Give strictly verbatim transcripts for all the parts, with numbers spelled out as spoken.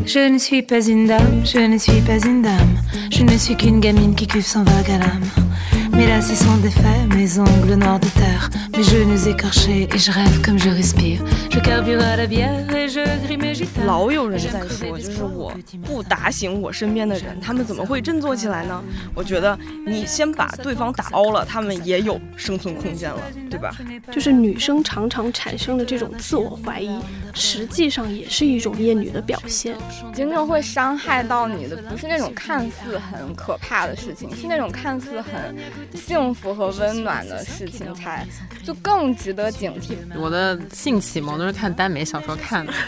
Je ne suis pas une dame, je ne suis pas une dame. Je ne suis qu'une gamine qui cuve son vague à l'âme. Mes lacets sont défaits, mes ongles noirs de terre, mes genoux écorchés et je rêve comme je respire. Je carbure à la bière et je grime mes gitanes。 老有人在说，就是我不打醒我身边的人，他们怎么会振作起来呢？我觉得你先把对方打凹了，他们也有生存空间了，对吧？ 就是女生常常产生的这种自我怀疑，实际上也是一种厌女的表现。 真正会伤害到你的，不是那种看似很可怕的事情，是那种看似很幸福和温暖的事情，才就更值得警惕。 我的性启蒙都是看耽美小说看的。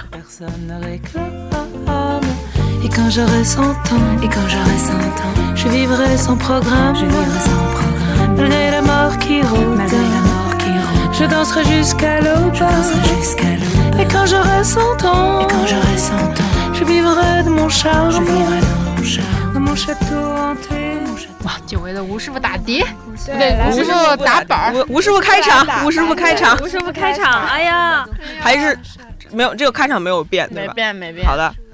Et quand j'aurai cent ans, et quand j'aurai cent ans, je vivrai sans programme, je vivrai sans programme. Malgré la mort qui rôde, malgré la mort qui rôde, je danserai jusqu'à l'aube, je danserai jusqu'à l'aube. Et quand j'aurai cent ans, et quand j'aurai cent ans, je vivrai de mon charme, je vivrai de mon charme, dans mon château hanté. 哇，久违的吴师傅打碟，不对，吴师傅打板， 吴师傅开场，吴师傅开场， 吴师傅开场，哎呀， 还是没有这个开场没有变，对吧？ 没变，没变。 好的，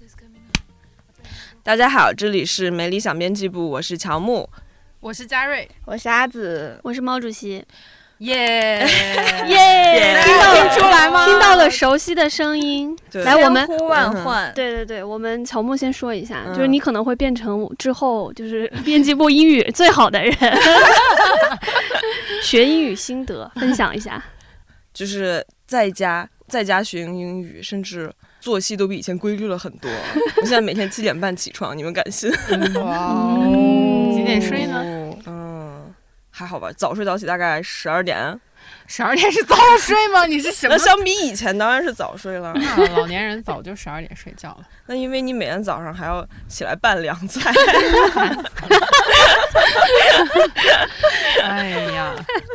大家好，这里是没理想编辑部，我是乔木， 我是嘉瑞， 我是阿紫， 我是毛主席。 耶耶！听到听出来吗？ 听到了熟悉的声音。来，我们千呼万唤。 对对对，我们乔木先说一下，嗯、就是你可能会变成之后就是编辑部英语最好的人，学英语心得分享一下。 就是在家在家学英语，甚至作息都比以前规律了很多。我现在每天七点半起床，你们敢信？ 哇哦！几点睡呢？ 嗯，还好吧，早睡早起，大概十二点。 十二点是早睡吗？你是什么？ 那相比以前当然是早睡了。 那老年人早就十二点睡觉了。 那因为你每天早上还要起来拌凉菜。 哎呀，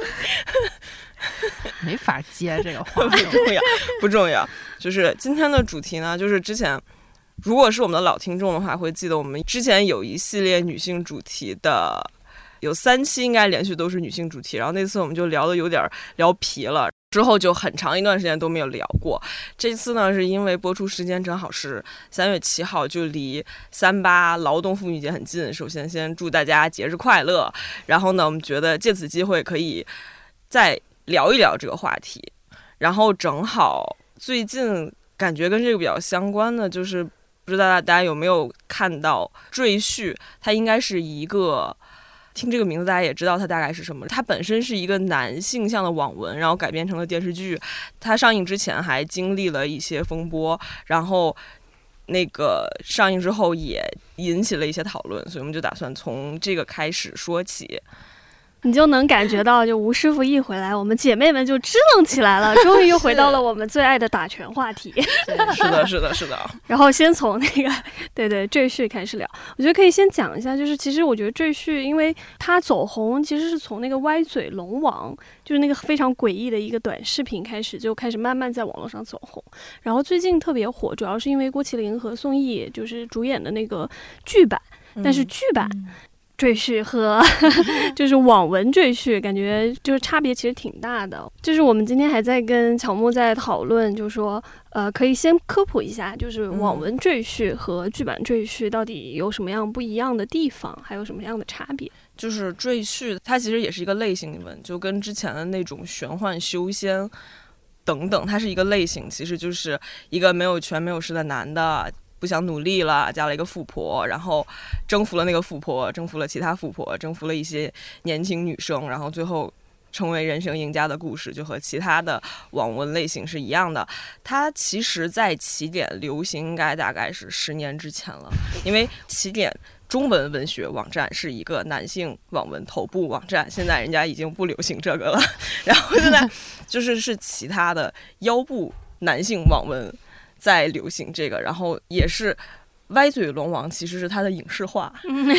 没法接这个话。 不重要，不重要。就是今天的主题呢，就是之前如果是我们的老听众的话，会记得我们之前有一系列女性主题的。有三期应该连续都是女性主题，然后那次我们就聊的有点聊疲了，之后就很长一段时间都没有聊过。这次呢是因为播出时间正好是三月七号，就离三八劳动妇女节很近。首先先祝大家节日快乐，然后呢我们觉得借此机会可以再聊一聊这个话题。然后正好最近感觉跟这个比较相关的，就是不知道大家有没有看到赘婿，它应该是一个听这个名字大家也知道它大概是什么，它本身是一个男性向的网文，然后改编成了电视剧。它上映之前还经历了一些风波，然后那个上映之后也引起了一些讨论，所以我们就打算从这个开始说起。 你就能感觉到，就吴师傅一回来，我们姐妹们就支棱起来了，终于又回到了我们最爱的打拳话题。 是的，是的，是的。 然后先从那个对对赘婿开始聊，我觉得可以先讲一下，就是其实我觉得赘婿，因为他走红其实是从那个歪嘴龙王，就是那个非常诡异的一个短视频开始，就开始慢慢在网络上走红。然后最近特别火，主要是因为郭麒麟和宋轶就是主演的那个剧版，但是剧版。嗯嗯赘婿和就是网文赘婿，感觉就是差别其实挺大的。就是我们今天还在跟乔木在讨论，就是说，呃，可以先科普一下，就是网文赘婿和剧版赘婿到底有什么样不一样的地方，还有什么样的差别？ 就是赘婿，它其实也是一个类型文，就跟之前的那种玄幻修仙等等，它是一个类型，其实就是一个没有权没有势的男的。不想努力了，嫁了一个富婆，然后征服了那个富婆，征服了其他富婆，征服了一些年轻女生，然后最后成为人生赢家的故事，就和其他的网文类型是一样的。它其实在起点流行应该大概是十年之前了，因为起点中文文学网站是一个男性网文头部网站，现在人家已经不流行这个了，然后现在就是是其他的腰部男性网文在流行这个，然后也是歪嘴龙王其实是他的影视化。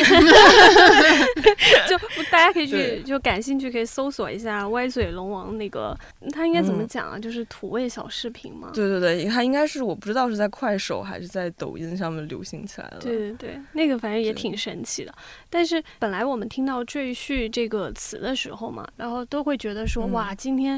就大家可以去就感兴趣可以搜索一下歪嘴龙王那个，他应该怎么讲啊、嗯、就是土味小视频嘛。 对对对，他应该是我不知道是在快手还是在抖音上面流行起来了。 对对对，那个反正也挺神奇的。但是本来我们听到赘婿这个词的时候嘛，然后都会觉得说、嗯、哇今天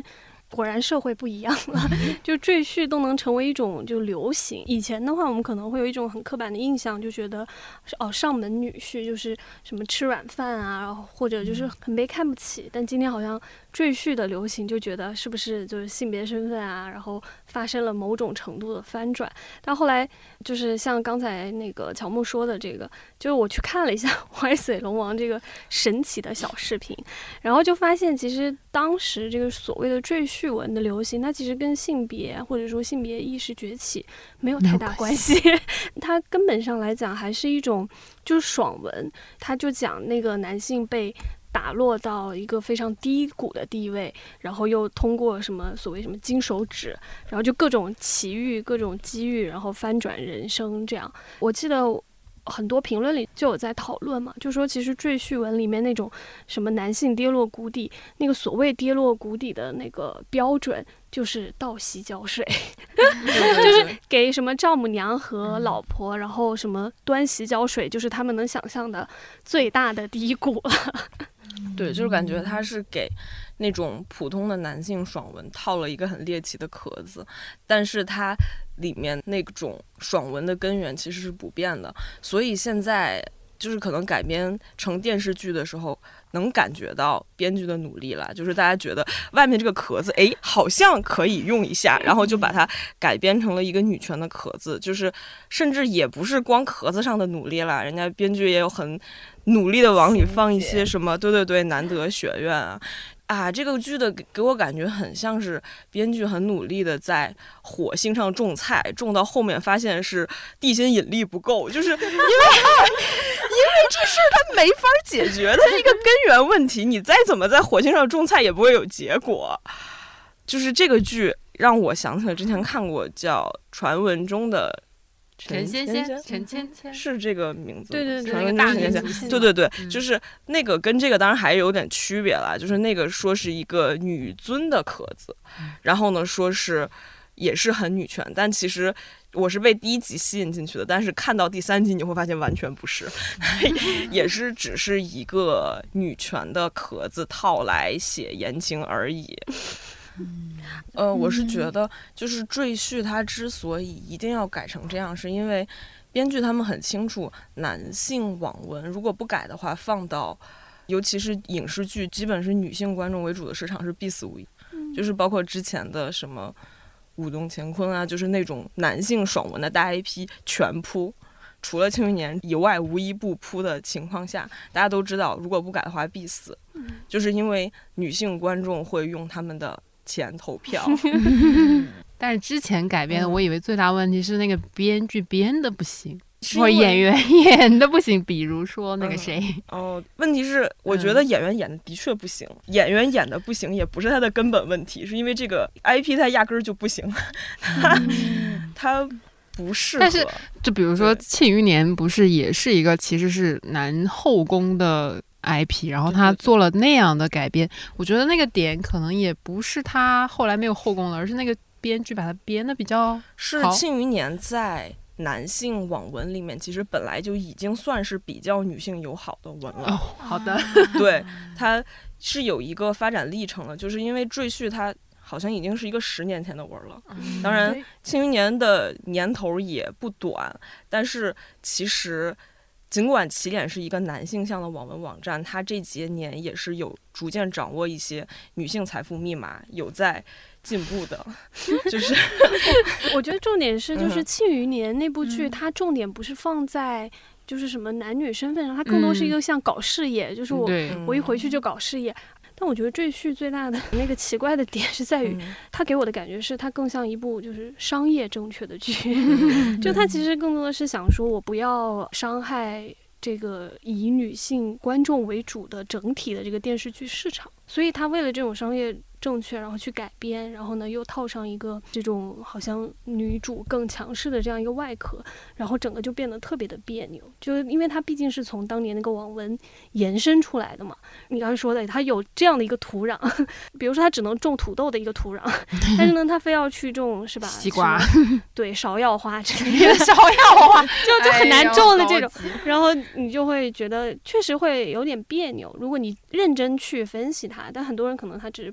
果然社会不一样了，就赘婿都能成为一种就流行。以前的话，我们可能会有一种很刻板的印象，就觉得哦，上门女婿就是什么吃软饭啊，或者就是很被看不起。但今天好像赘婿的流行，就觉得是不是就是性别身份啊，然后发生了某种程度的翻转。但后来就是像刚才那个乔木说的这个，就是我去看了一下歪嘴龙王这个神奇的小视频，然后就发现其实当时这个所谓的赘婿文的流行，它其实跟性别或者说性别意识崛起没有太大关系，它根本上来讲还是一种就是爽文，它就讲那个男性被打落到一个非常低谷的地位，然后又通过什么所谓什么金手指，然后就各种奇遇各种机遇，然后翻转人生这样。我记得很多评论里就有在讨论嘛，就说其实赘婿文里面那种什么男性跌落谷底，那个所谓跌落谷底的那个标准就是倒洗脚水就是给什么丈母娘和老婆，然后什么端洗脚水就是他们能想象的最大的低谷了对，就是感觉他是给那种普通的男性爽文套了一个很猎奇的壳子，但是它里面那种爽文的根源其实是不变的，所以现在就是可能改编成电视剧的时候能感觉到编剧的努力了，就是大家觉得外面这个壳子哎好像可以用一下，然后就把它改编成了一个女权的壳子，就是甚至也不是光壳子上的努力了，人家编剧也有很努力的往里放一些什么对对对难得学院啊啊，这个剧的给我感觉很像是编剧很努力的在火星上种菜，种到后面发现是地心引力不够，就是因为因为这事它没法解决，它是一个根源问题，你再怎么在火星上种菜也不会有结果。就是这个剧让我想起了之前看过叫《传闻中的陈仙仙，陈芊芊是这个名字， 对对对， 那个大名字，对对对、嗯，就是那个跟这个当然还有点区别啦，就是那个说是一个女尊的壳子，然后呢说是也是很女权，但其实我是被第一集吸引进去的，但是看到第三集你会发现完全不是，也是只是一个女权的壳子套来写言情而已。呃，我是觉得就是赘婿他之所以一定要改成这样，是因为编剧他们很清楚男性网文如果不改的话，放到尤其是影视剧基本是女性观众为主的市场是必死无疑、嗯、就是包括之前的什么武动乾坤啊，就是那种男性爽文的大 I P 全扑，除了庆余年以外无一不扑的情况下，大家都知道如果不改的话必死、嗯、就是因为女性观众会用他们的钱投票但是之前改编的我以为最大问题是那个编剧编的不行、嗯、或者演员演的不行，比如说那个谁、 嗯、哦，问题是我觉得演员演的的确不行、嗯、演员演的不行也不是他的根本问题，是因为这个 I P 他压根儿就不行，他、嗯、他不适合。 但是就比如说庆余年不是也是一个其实是男后宫的I P， 然后他做了那样的改编，我觉得那个点可能也不是他后来没有后宫了，而是那个编剧把它编的比较好。 是庆余年在男性网文里面其实本来就已经算是比较女性友好的文了、 哦、好的对，它是有一个发展历程的，就是因为赘婿它好像已经是一个十年前的文了、嗯、当然庆余年的年头也不短，但是其实尽管起点是一个男性向的网文网站，它这几年也是有逐渐掌握一些女性财富密码，有在进步的。就是我觉得重点是，就是《庆余年》那部剧、嗯，它重点不是放在就是什么男女身份上，它更多是一个像搞事业，嗯、就是我我一回去就搞事业。但我觉得赘婿最大的那个奇怪的点是在于，它给我的感觉是它更像一部就是商业正确的剧，就它其实更多的是想说我不要伤害这个以女性观众为主的整体的这个电视剧市场，所以他为了这种商业正确，然后去改编，然后呢又套上一个这种好像女主更强势的这样一个外壳，然后整个就变得特别的别扭，就因为它毕竟是从当年那个网文延伸出来的嘛。你刚才说的它有这样的一个土壤，比如说它只能种土豆的一个土壤，但是呢它非要去种是吧西瓜， 对芍药花之类的芍药花就就很难种的这种、哎、然后你就会觉得确实会有点别扭，如果你认真去分析它，但很多人可能他只是把它当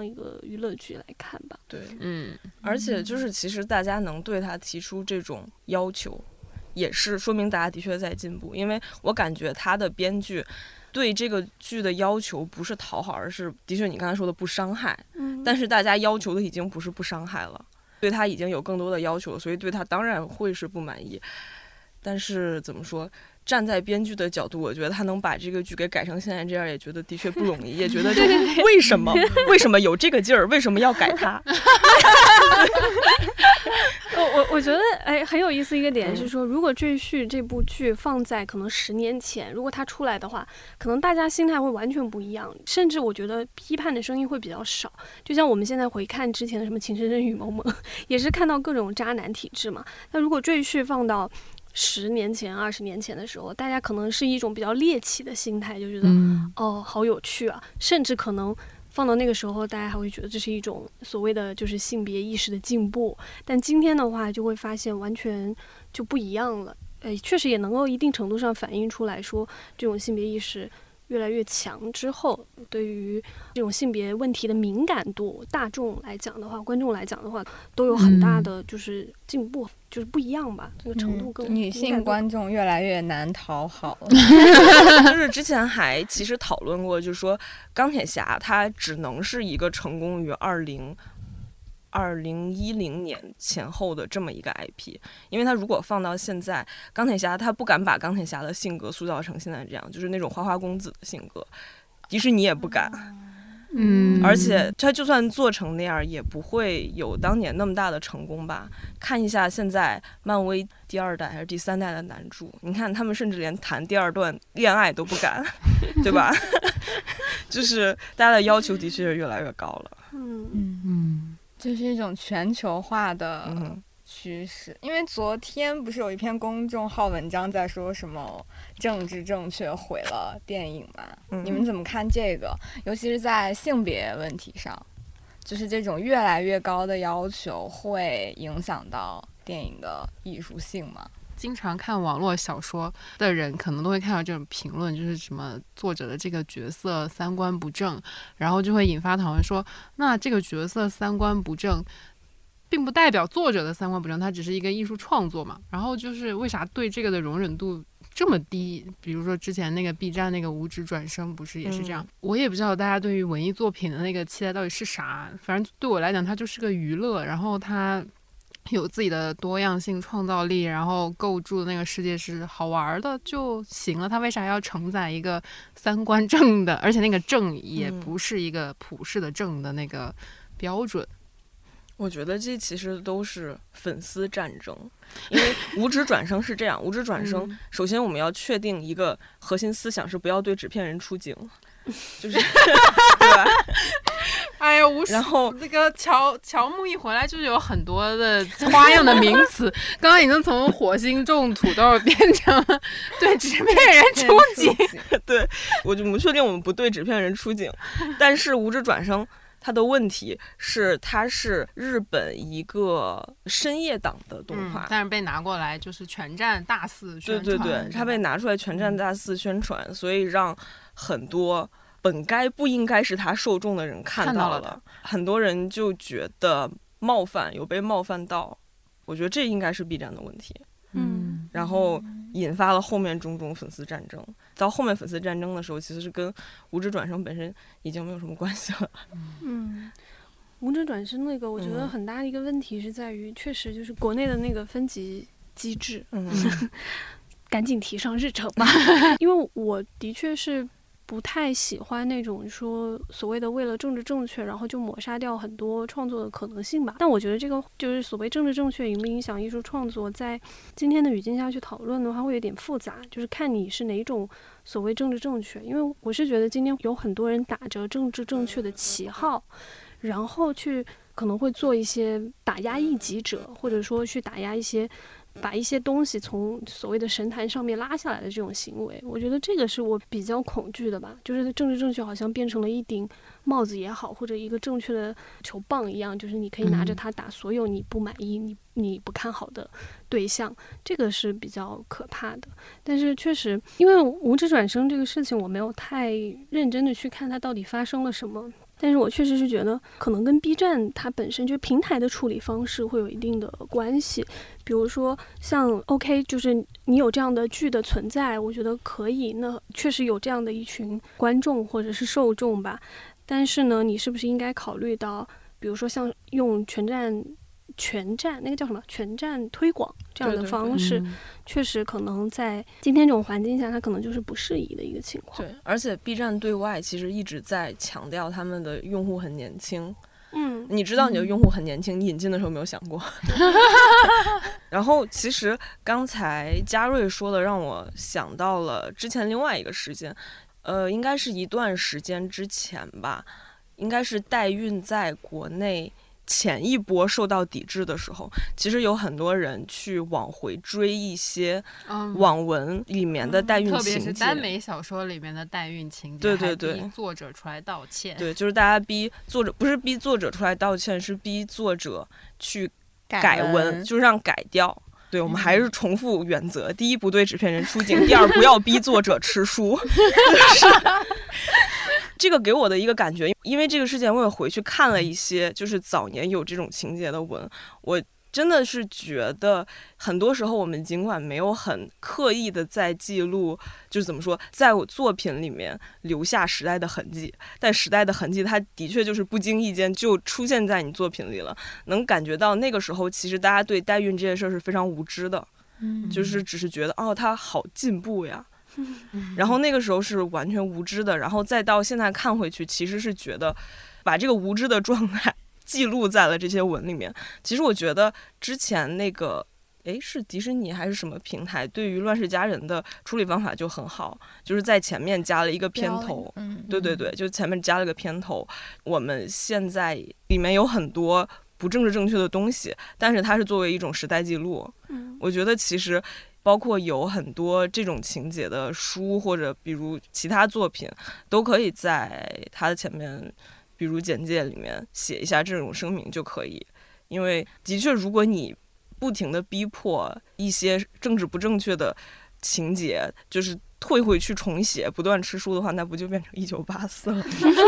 当一个娱乐剧来看吧。 对， 嗯， 而且就是其实大家能对他提出这种要求，也是说明大家的确在进步，因为我感觉他的编剧对这个剧的要求不是讨好，而是的确你刚才说的不伤害。 嗯， 但是大家要求的已经不是不伤害了，对他已经有更多的要求，所以对他当然会是不满意。但是怎么说，站在编剧的角度，我觉得他能把这个剧给改成现在这样，也觉得的确不容易，也觉得就为什么为什么有这个劲儿，为什么要改它？ 我我我觉得哎很有意思一个点是说，如果《赘婿》这部剧放在可能十年前，如果它出来的话，可能大家心态会完全不一样，甚至我觉得批判的声音会比较少。就像我们现在回看之前的什么《情深深雨蒙蒙》，也是看到各种渣男体质嘛。那如果《赘婿》放到十年前、二十年前的时候，大家可能是一种比较猎奇的心态，就觉得、嗯、哦好有趣啊，甚至可能放到那个时候，大家还会觉得这是一种所谓的就是性别意识的进步。但今天的话，就会发现完全就不一样了。呃，确实也能够一定程度上反映出来说，这种性别意识越来越强之后，对于这种性别问题的敏感度，大众来讲的话，观众来讲的话，都有很大的就是进步，嗯、就是不一样吧，这个程度更、 嗯、女性观众越来越难讨好了。 就是之前还其实讨论过，就是说钢铁侠它只能是一个成功于二零。二零一零年前后的这么一个 I P， 因为他如果放到现在，钢铁侠他不敢把钢铁侠的性格塑造成现在这样，就是那种花花公子的性格，迪士尼也不敢， 嗯， 而且他就算做成那样，也不会有当年那么大的成功吧。看一下现在漫威第二代还是第三代的男主，你看他们甚至连谈第二段恋爱都不敢，对吧？就是大家的要求的确是越来越高了。 嗯嗯嗯。这是一种全球化的趋势、嗯、因为昨天不是有一篇公众号文章在说什么政治正确毁了电影吗、嗯、你们怎么看这个？尤其是在性别问题上，就是这种越来越高的要求会影响到电影的艺术性吗？ 经常看网络小说的人可能都会看到这种评论，就是什么作者的这个角色三观不正，然后就会引发讨论说，那这个角色三观不正并不代表作者的三观不正，它只是一个艺术创作嘛。然后就是为啥对这个的容忍度这么低？比如说之前那个 B 站那个无职转生不是也是这样、嗯、我也不知道大家对于文艺作品的那个期待到底是啥，反正对我来讲它就是个娱乐，然后它有自己的多样性创造力，然后构筑的那个世界是好玩的就行了，他为啥要承载一个三观正的，而且那个正也不是一个普世的正的那个标准、嗯、 我觉得这其实都是粉丝战争。因为无职转生是这样，无职转生、嗯、首先我们要确定一个核心思想是不要对纸片人出警，就是对吧？ 哎呀，无然后那个乔乔木一回来就是有很多的花样的名词，刚刚已经从火星种土豆变成了对纸片人出警。 对，我就不确定我们不对纸片人出警，但是无职转生它的问题是它是日本一个深夜档的动画、 嗯、但是被拿过来就是全站大肆宣传。 对对对，它被拿出来全站大肆宣传、嗯、所以让很多本该不应该是他受众的人看到了，到了很多人就觉得冒犯，有被冒犯到。我觉得这应该是 B 站的问题。 嗯， 然后引发了后面种种粉丝战争。到后面粉丝战争的时候，其实是跟无职转生本身已经没有什么关系了。 嗯，无职转生那个，我觉得很大的一个问题是在于，确实就是国内的那个分级机制，嗯，赶紧提上日程吧。因为我的确是不太喜欢那种说所谓的为了政治正确，然后就抹杀掉很多创作的可能性吧。但我觉得这个就是所谓政治正确影不影响艺术创作，在今天的语境下去讨论的话，会有点复杂，就是看你是哪种所谓政治正确。因为我是觉得今天有很多人打着政治正确的旗号，然后去可能会做一些打压异己者，或者说去打压一些把一些东西从所谓的神坛上面拉下来的这种行为，我觉得这个是我比较恐惧的吧。就是政治正确好像变成了一顶帽子也好，或者一个正确的球棒一样，就是你可以拿着它打所有你不满意、你你不看好的对象，这个是比较可怕的。但是确实，因为无职转生这个事情，我没有太认真的去看它到底发生了什么。 但是我确实是觉得可能跟 B 站它本身就是平台的处理方式会有一定的关系。比如说像 OK 就是你有这样的剧的存在，我觉得可以，那确实有这样的一群观众或者是受众吧。但是呢，你是不是应该考虑到比如说像用全站全站那个叫什么全站推广这样的方式， 对对对、嗯、 确实可能在今天这种环境下它可能就是不适宜的一个情况。 对，而且 B 站对外其实一直在强调他们的用户很年轻。 嗯， 你知道你的用户很年轻、嗯、你引进的时候没有想过然后其实刚才嘉瑞说的让我想到了之前另外一个事件，呃，应该是一段时间之前吧，应该是代孕在国内前一波受到抵制的时候，其实有很多人去往回追一些网文里面的代孕情节、嗯嗯、特别是耽美小说里面的代孕情节， 对对对， 还逼作者出来道歉。 对，就是大家逼作者，不是逼作者出来道歉，是逼作者去改文，改文就是让改掉。对，我们还是重复原则：第一，不对纸片人出镜；第二，不要逼作者吃书。这个给我的一个感觉，因为这个事件，我也回去看了一些就是早年有这种情节的文，我真的是觉得很多时候我们尽管没有很刻意的在记录，就是怎么说，在我作品里面留下时代的痕迹，但时代的痕迹它的确就是不经意间就出现在你作品里了，能感觉到那个时候其实大家对代孕这件事是非常无知的，嗯，就是只是觉得哦，它好进步呀。然后那个时候是完全无知的，然后再到现在看回去，其实是觉得把这个无知的状态记录在了这些文里面。其实我觉得之前那个诶是迪士尼还是什么平台对于乱世佳人的处理方法就很好，就是在前面加了一个片头，嗯，对对对，就前面加了个片头。我们现在里面有很多不政治正确的东西，但是它是作为一种时代记录，嗯，我觉得其实包括有很多这种情节的书或者比如其他作品都可以在它的前面比如简介里面写一下这种声明就可以。因为的确如果你不停地逼迫一些政治不正确的情节就是退回去重写不断吃书的话，那不就变成一九八四了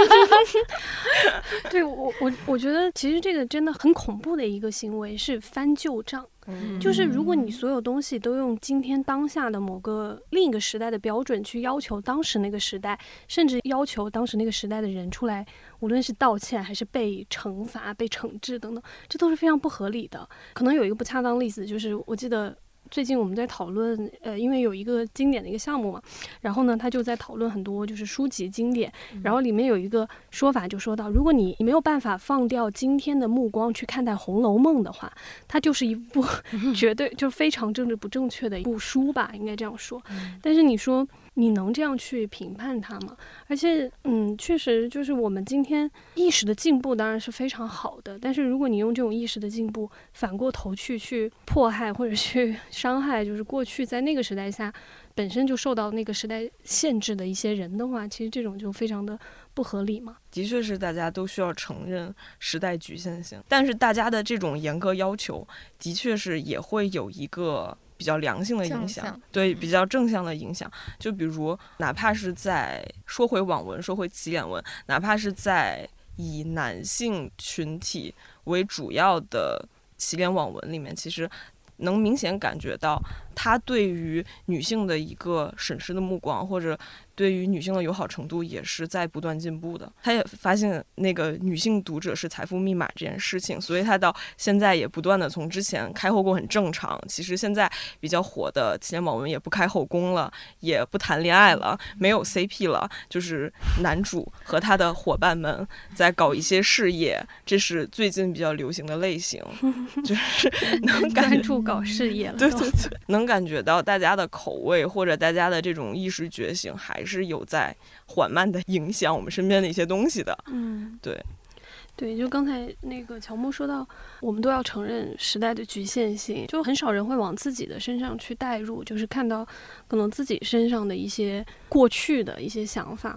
对，我我我觉得其实这个真的很恐怖的一个行为是翻旧账，嗯，就是如果你所有东西都用今天当下的某个另一个时代的标准去要求当时那个时代，甚至要求当时那个时代的人出来，无论是道歉还是被惩罚被惩治等等，这都是非常不合理的。可能有一个不恰当例子，就是我记得最近我们在讨论呃，因为有一个经典的一个项目嘛，然后呢他就在讨论很多就是书籍经典，然后里面有一个说法就说到，如果你没有办法放掉今天的目光去看待《红楼梦》的话，它就是一部绝对就非常政治不正确的一部书吧，应该这样说。但是你说你能这样去评判它吗？而且嗯，确实就是我们今天意识的进步当然是非常好的，但是如果你用这种意识的进步反过头去去迫害或者去伤害就是过去在那个时代下本身就受到那个时代限制的一些人的话，其实这种就非常的不合理嘛。 的确是大家都需要承认时代局限性，但是大家的这种严格要求的确是也会有一个比较良性的影响，对，比较正向的影响。就比如哪怕是在说回网文说回起点文，哪怕是在以男性群体为主要的起点网文里面，其实能明显感觉到他对于女性的一个审视的目光，或者对于女性的友好程度也是在不断进步的。他也发现那个女性读者是财富密码这件事情，所以他到现在也不断的从之前开后宫很正常，其实现在比较火的起点网文也不开后宫了，也不谈恋爱了，没有 C P 了，就是男主和他的伙伴们在搞一些事业，这是最近比较流行的类型，就是能感觉男主搞事业了， 对对对，能感觉到大家的口味或者大家的这种意识觉醒还是有在缓慢的影响我们身边的一些东西的。嗯，对对，就刚才那个乔木说到我们都要承认时代的局限性，就很少人会往自己的身上去带入，就是看到可能自己身上的一些过去的一些想法嘛。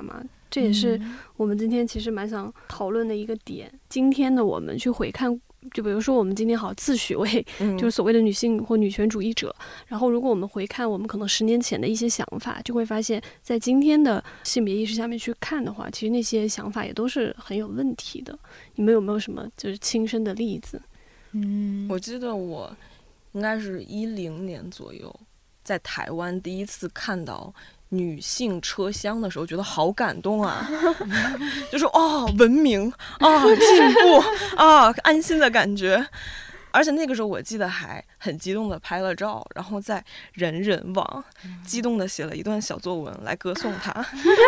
这也是我们今天其实蛮想讨论的一个点。今天的我们去回看，就比如说我们今天好自诩为就是所谓的女性或女权主义者、嗯、然后如果我们回看我们可能十年前的一些想法，就会发现在今天的性别意识下面去看的话，其实那些想法也都是很有问题的。你们有没有什么就是亲身的例子？ 嗯，我记得我应该是一零年左右在台湾第一次看到女性车厢的时候，觉得好感动啊就是哦，文明啊，进步啊，安心的感觉。而且那个时候我记得还很激动的拍了照，然后在人人网激动的写了一段小作文来歌颂她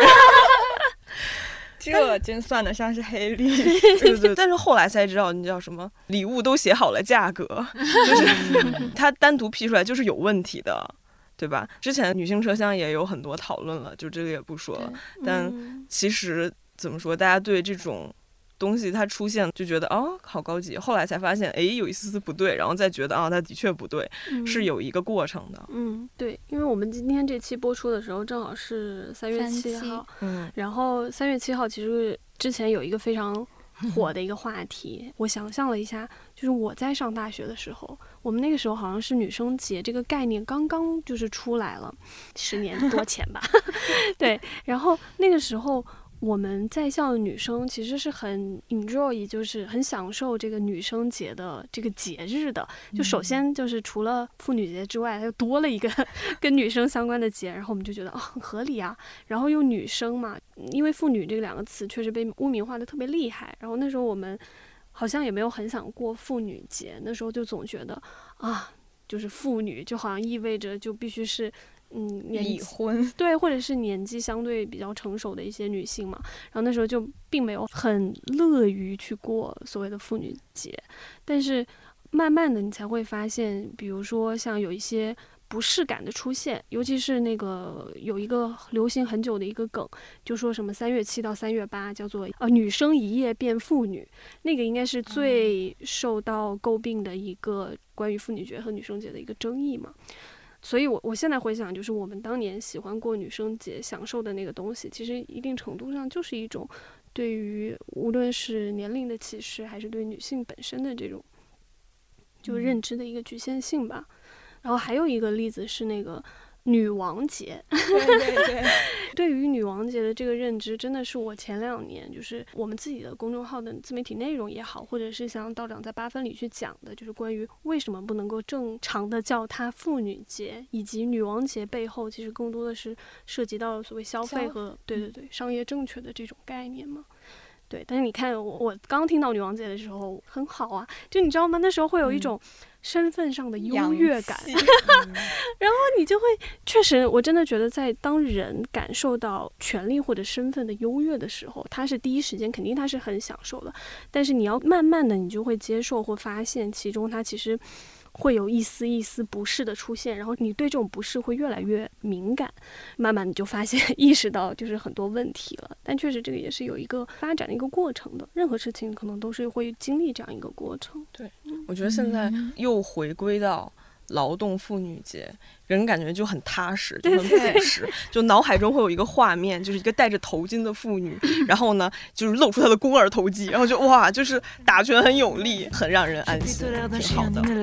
这真算得上是黑历史对对，但是后来才知道你叫什么礼物都写好了价格，就是它单独批出来就是有问题的，对吧？之前女性车厢也有很多讨论了，就这个也不说了。但其实怎么说，大家对这种东西它出现就觉得哦好高级，后来才发现哎有一丝丝不对，然后再觉得啊它的确不对、嗯、是有一个过程的。 嗯，对，因为我们今天这期播出的时候正好是三月七号，嗯，然后三月七号其实之前有一个非常火的一个话题、嗯、我想象了一下，就是我在上大学的时候，我们那个时候好像是女生节这个概念刚刚就是出来了，十年多前吧对，然后那个时候我们在校的女生其实是很 enjoy， 就是很享受这个女生节的这个节日的。就首先就是除了妇女节之外，它又多了一个跟女生相关的节，然后我们就觉得啊、哦、很合理啊。然后用女生嘛，因为妇女这两个词确实被污名化的特别厉害。然后那时候我们好像也没有很想过妇女节，那时候就总觉得啊，就是妇女就好像意味着就必须是。嗯， 已婚对，或者是年纪相对比较成熟的一些女性嘛，然后那时候就并没有很乐于去过所谓的妇女节，但是慢慢的你才会发现，比如说像有一些不适感的出现，尤其是那个有一个流行很久的一个梗，就说什么三月七到三月八叫做呃女生一夜变妇女，那个应该是最受到诟病的一个关于妇女节和女生节的一个争议嘛。所以我我现在回想，就是我们当年喜欢过女生节享受的那个东西，其实一定程度上就是一种对于无论是年龄的歧视，还是对女性本身的这种就认知的一个局限性吧。然后还有一个例子是那个女王节， 对对对对于女王节的这个认知，真的是我前两年就是我们自己的公众号的自媒体内容也好，或者是像道长在八分里去讲的，就是关于为什么不能够正常的叫它妇女节，以及女王节背后其实更多的是涉及到所谓消费和对对对商业正确的这种概念嘛。对，但是你看我我刚听到女王节的时候很好啊，就你知道吗，那时候会有一种身份上的优越感、嗯、然后你就会确实我真的觉得在当人感受到权利或者身份的优越的时候，他是第一时间肯定他是很享受的，但是你要慢慢的你就会接受或发现其中他其实会有一丝一丝不适的出现，然后你对这种不适会越来越敏感，慢慢你就发现意识到就是很多问题了。但确实这个也是有一个发展的一个过程的，任何事情可能都是会经历这样一个过程。 对，我觉得现在又回归到劳动妇女节，人感觉就很踏实，就很朴实，就脑海中会有一个画面，就是一个戴着头巾的妇女，然后呢就是露出她的肱二头肌，然后就哇，就是打拳很有力，很让人安心，挺好的。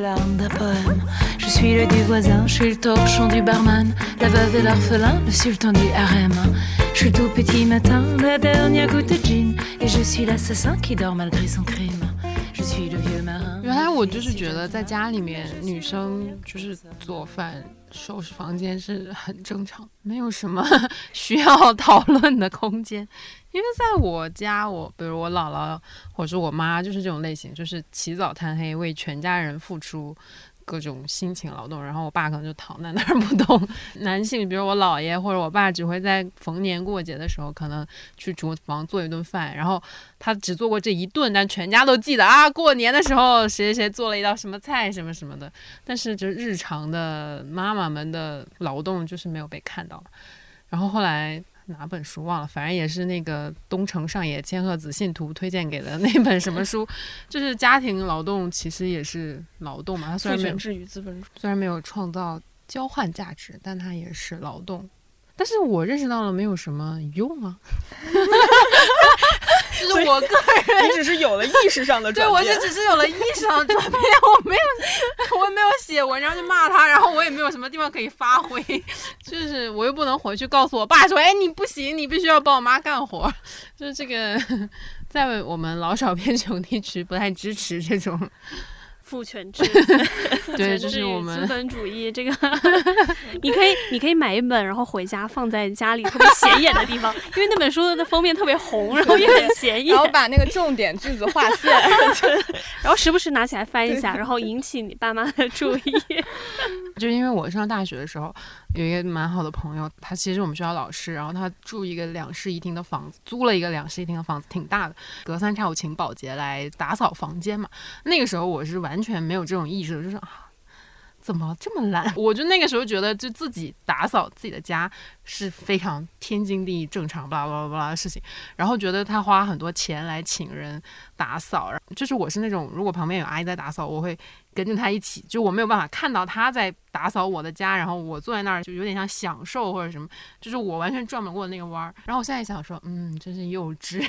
Je suis le du voisin, je suis le torchon du barman, la veuve et l'orphelin, le sultan du harem. Je suis le tout petit matin, la dernière goutte de gin, et je suis l'assassin qui dort malgré son crime.Je suis le vieux marin. 原来我就是觉得在家里面女生就是做饭收拾房间是很正常，没有什么需要讨论的空间。因为在我家，我比如我姥姥或者是我妈就是这种类型，就是起早贪黑为全家人付出各种辛勤劳动，然后我爸可能就躺在那儿不动。男性比如我姥爷或者我爸只会在逢年过节的时候可能去厨房做一顿饭，然后他只做过这一顿，但全家都记得啊，过年的时候谁谁谁做了一道什么菜什么什么的。但是就日常的妈妈们的劳动就是没有被看到。然后后来哪本书忘了，反正也是那个东城上野千鹤子信徒推荐给的那本什么书，就是家庭劳动其实也是劳动嘛，它虽然没有至于资本主义， 虽然没有创造交换价值，但它也是劳动。 但是我认识到了没有什么用啊。就是我个人， 你只是有了意识上的转对，我变。 是只是有了意识上的转变，我没有，我没有写文章就骂他，然后我也没有什么地方可以发挥，就是我又不能回去告诉我爸说，哎，你不行，你必须要帮我妈干活，就是这个，在我们老少偏穷地区不太支持这种。 父权制， 对，就是我们资本主义这个，你可以你可以买一本，然后回家放在家里特别显眼的地方，因为那本书的封面特别红，然后也很显眼， 然后把那个重点句子划线， 然后时不时拿起来翻一下，然后引起你爸妈的注意。 就因为我上大学的时候有一个蛮好的朋友，他其实是我们学校老师，然后他住一个两室一厅的房子，租了一个两室一厅的房子，挺大的，隔三差五请保洁来打扫房间嘛。那个时候我是完全没有这种意识的，就是啊，怎么这么懒？我就那个时候觉得，就自己打扫自己的家是非常天经地义、正常、巴拉巴拉巴拉的事情。然后觉得他花很多钱来请人打扫，就是我是那种如果旁边有阿姨在打扫，我会跟着他一起，就我没有办法看到他在打扫我的家，然后我坐在那儿就有点像享受或者什么，就是我完全转不过那个弯儿。然后我现在想说，嗯，真是幼稚。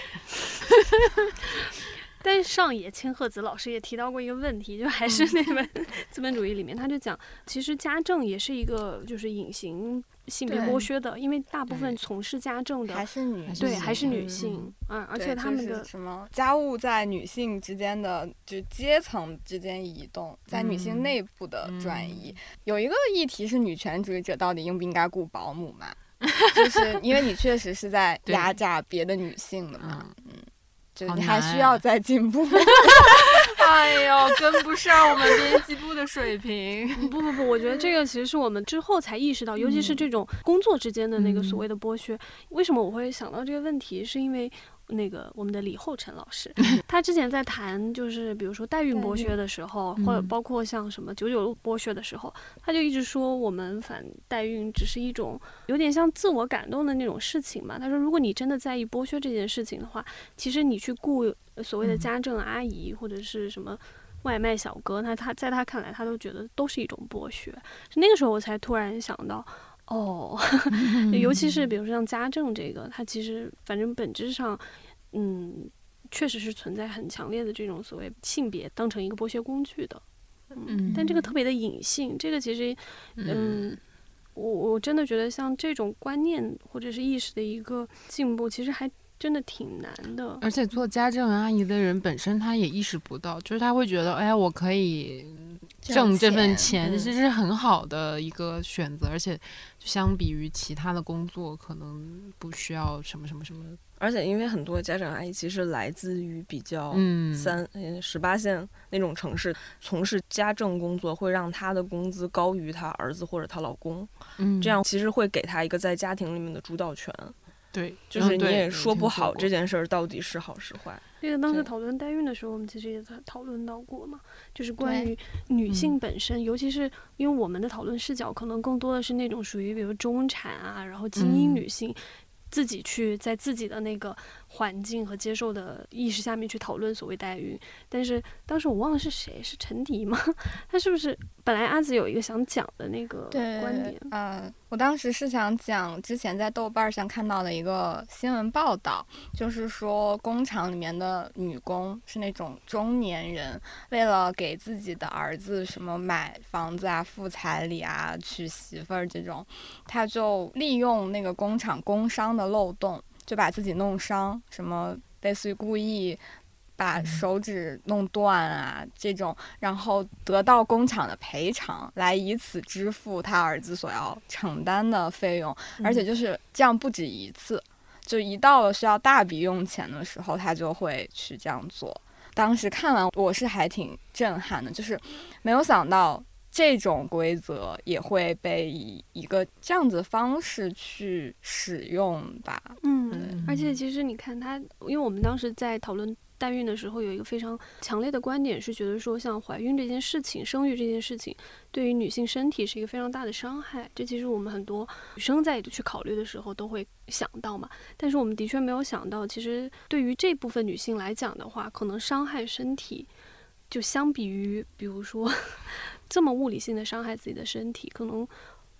但是上野千鹤子老师也提到过一个问题，就还是那本《资本主义》里面，他就讲，其实家政也是一个就是隐形性别剥削的，因为大部分从事家政的还是女性， 对，还是女性，嗯，而且他们的、 就是、什么家务在女性之间的就阶层之间移动，在女性内部的转移。嗯、有一个议题是女权主义者到底应不应该雇保姆嘛？就是因为你确实是在压榨别的女性的嘛，嗯。就你还需要再进步。 哎呦，跟不上我们编辑部的水平。 不不不，我觉得这个其实是我们之后才意识到，尤其是这种工作之间的那个所谓的剥削。嗯、为什么我会想到这个问题？是因为那个我们的李厚辰老师，他之前在谈就是比如说代孕剥削的时候，或者包括像什么九九六剥削的时候，他就一直说我们反代孕只是一种有点像自我感动的那种事情嘛。他说，如果你真的在意剥削这件事情的话，其实你去雇所谓的家政阿姨或者是什么外卖小哥，他他在他看来，他都觉得都是一种剥削。是那个时候我才突然想到。哦，尤其是比如说像家政这个，它其实反正本质上，嗯，确实是存在很强烈的这种所谓性别当成一个剥削工具的，嗯，但这个特别的隐性，这个其实，嗯，我我真的觉得像这种观念或者是意识的一个进步，其实还真的挺难的。 而且做家政阿姨的人本身他也意识不到，就是他会觉得，哎呀，我可以挣这份钱，这是很好的一个选择，而且相比于其他的工作，可能不需要什么什么什么。 而且因为很多家政阿姨其实来自于比较三十八线那种城市，从事家政工作会让她的工资高于她儿子或者她老公，嗯，这样其实会给她一个在家庭里面的主导权。 对， 就是你也说不好这件事儿到底是好是坏。 这个当时讨论代孕的时候，我们其实也讨论到过嘛，就是关于女性本身，尤其是因为我们的讨论视角可能更多的是那种属于比如中产啊，然后精英女性。嗯，自己去在自己的那个环境和接受的意识下面去讨论所谓代孕，但是当时我忘了是谁，是陈迪吗？他是不是本来阿紫有一个想讲的那个观点？ 呃，我当时是想讲之前在豆瓣上看到的一个新闻报道，就是说工厂里面的女工是那种中年人，为了给自己的儿子什么买房子啊、付彩礼啊、娶媳妇儿这种，他就利用那个工厂工伤的漏洞，就把自己弄伤，什么类似于故意把手指弄断啊这种，然后得到工厂的赔偿，来以此支付他儿子所要承担的费用，而且就是这样不止一次，就一到了需要大笔用钱的时候，他就会去这样做。当时看完我是还挺震撼的，就是没有想到这种规则也会被以一个这样子的方式去使用吧。 嗯，而且其实你看他，因为我们当时在讨论代孕的时候，有一个非常强烈的观点是觉得说，像怀孕这件事情、生育这件事情，对于女性身体是一个非常大的伤害。这其实我们很多女生在去考虑的时候都会想到嘛，但是我们的确没有想到，其实对于这部分女性来讲的话，可能伤害身体，就相比于比如说这么物理性的伤害自己的身体，可能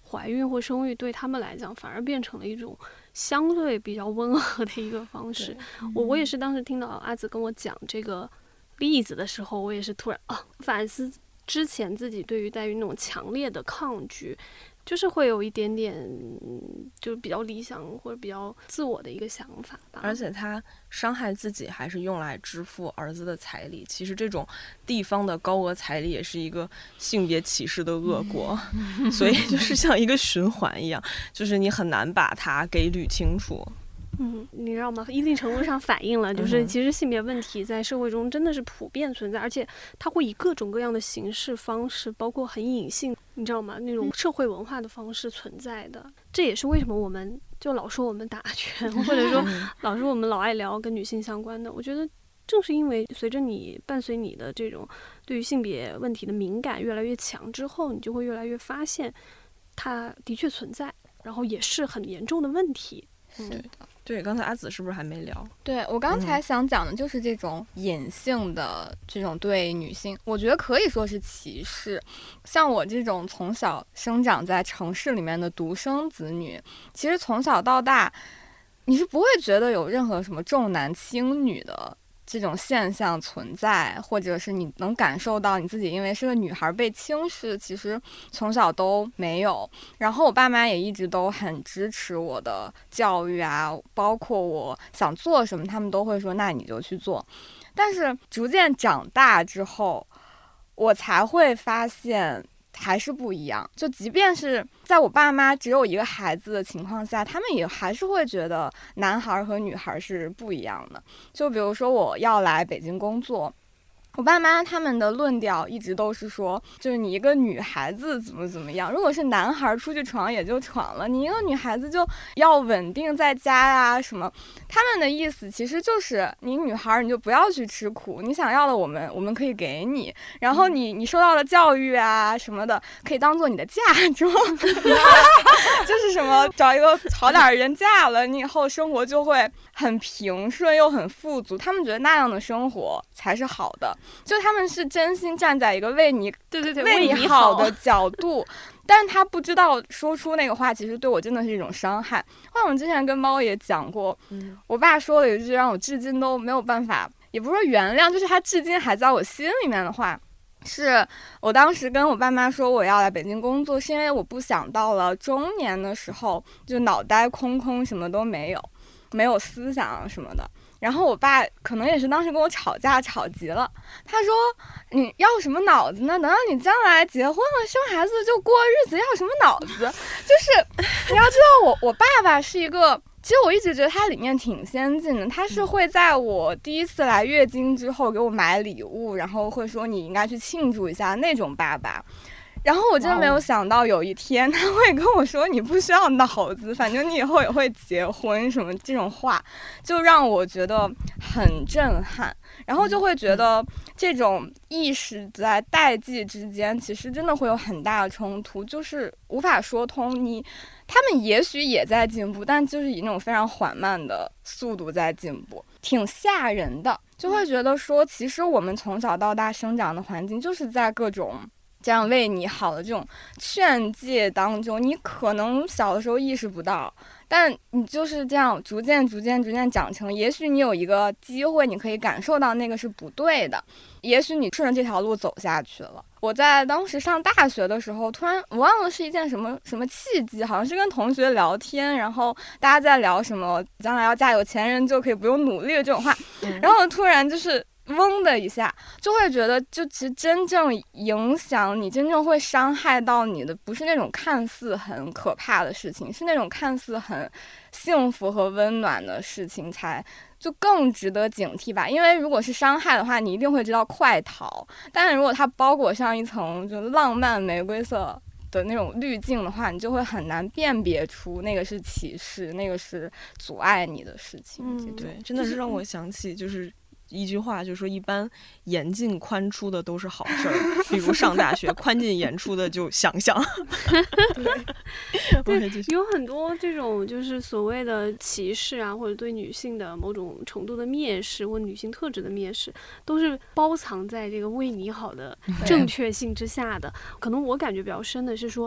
怀孕或生育对他们来讲反而变成了一种相对比较温和的一个方式。我我也是当时听到阿紫跟我讲这个例子的时候，我也是突然啊反思之前自己对于代孕那种强烈的抗拒，就是会有一点点就比较理想或者比较自我的一个想法吧。 而且他伤害自己还是用来支付儿子的彩礼，其实这种地方的高额彩礼也是一个性别歧视的恶果，所以就是像一个循环一样，就是你很难把它给捋清楚。 嗯，你知道吗？一定程度上反映了，就是其实性别问题在社会中真的是普遍存在，而且它会以各种各样的形式方式，包括很隐性，你知道吗？那种社会文化的方式存在的。这也是为什么我们就老说我们打拳，或者说老说我们老爱聊跟女性相关的。我觉得正是因为随着你伴随你的这种对于性别问题的敏感越来越强之后，你就会越来越发现它的确存在，然后也是很严重的问题。 是的。 对，刚才阿紫是不是还没聊？ 对，我刚才想讲的就是这种隐性的这种对女性，我觉得可以说是歧视。像我这种从小生长在城市里面的独生子女，其实从小到大你是不会觉得有任何什么重男轻女的这种现象存在，或者是你能感受到你自己因为是个女孩被轻视，其实从小都没有。然后我爸妈也一直都很支持我的教育啊，包括我想做什么他们都会说那你就去做。但是逐渐长大之后，我才会发现还是不一样。就即便是在我爸妈只有一个孩子的情况下，他们也还是会觉得男孩和女孩是不一样的。就比如说我要来北京工作，我爸妈他们的论调一直都是说，就是你一个女孩子怎么怎么样，如果是男孩出去闯也就闯了，你一个女孩子就要稳定在家呀什么。他们的意思其实就是你女孩你就不要去吃苦，你想要的我们我们可以给你，然后你你受到的教育啊什么的可以当做你的嫁妆就是什么找一个好点的人嫁了，你以后生活就会很平顺又很富足，他们觉得那样的生活才是好的。就他们是真心站在一个为你对对对为你好的角度，但是他不知道说出那个话其实对我真的是一种伤害。像我之前跟猫也讲过、嗯、我爸说了一句让我至今都没有办法，也不是说原谅，就是他至今还在我心里面的话，是我当时跟我爸妈说我要来北京工作，是因为我不想到了中年的时候就脑袋空空，什么都没有，没有思想什么的。然后我爸可能也是当时跟我吵架吵急了，他说你要什么脑子呢，等到你将来结婚了生孩子就过日子，要什么脑子。就是你要知道我我爸爸是一个，其实我一直觉得他里面挺先进的，他是会在我第一次来月经之后给我买礼物，然后会说你应该去庆祝一下那种爸爸。然后我真的没有想到有一天他会跟我说你不需要脑子，反正你以后也会结婚什么，这种话就让我觉得很震撼。然后就会觉得这种意识在代际之间其实真的会有很大的冲突，就是无法说通。你他们也许也在进步，但就是以那种非常缓慢的速度在进步，挺吓人的。就会觉得说其实我们从小到大生长的环境就是在各种这样为你好的这种劝诫当中，你可能小的时候意识不到，但你就是这样逐渐逐渐逐渐长成。也许你有一个机会你可以感受到那个是不对的，也许你顺着这条路走下去了。我在当时上大学的时候，突然我忘了是一件什么什么契机，好像是跟同学聊天，然后大家在聊什么将来要嫁有钱人就可以不用努力的这种话，然后突然就是嗡的一下，就会觉得就其实真正影响你，真正会伤害到你的不是那种看似很可怕的事情，是那种看似很幸福和温暖的事情才就更值得警惕吧。因为如果是伤害的话你一定会知道快逃，但是如果它包裹上一层就浪漫玫瑰色的那种滤镜的话，你就会很难辨别出那个是歧视，那个是阻碍你的事情。 嗯，对，真的是让我想起就是一句话，就是说一般严进宽出的都是好事儿，比如上大学宽进严出的就想想对对，有很多这种就是所谓的歧视啊，或者对女性的某种程度的蔑视或女性特质的蔑视，都是包藏在这个为你好的正确性之下的。可能我感觉比较深的是说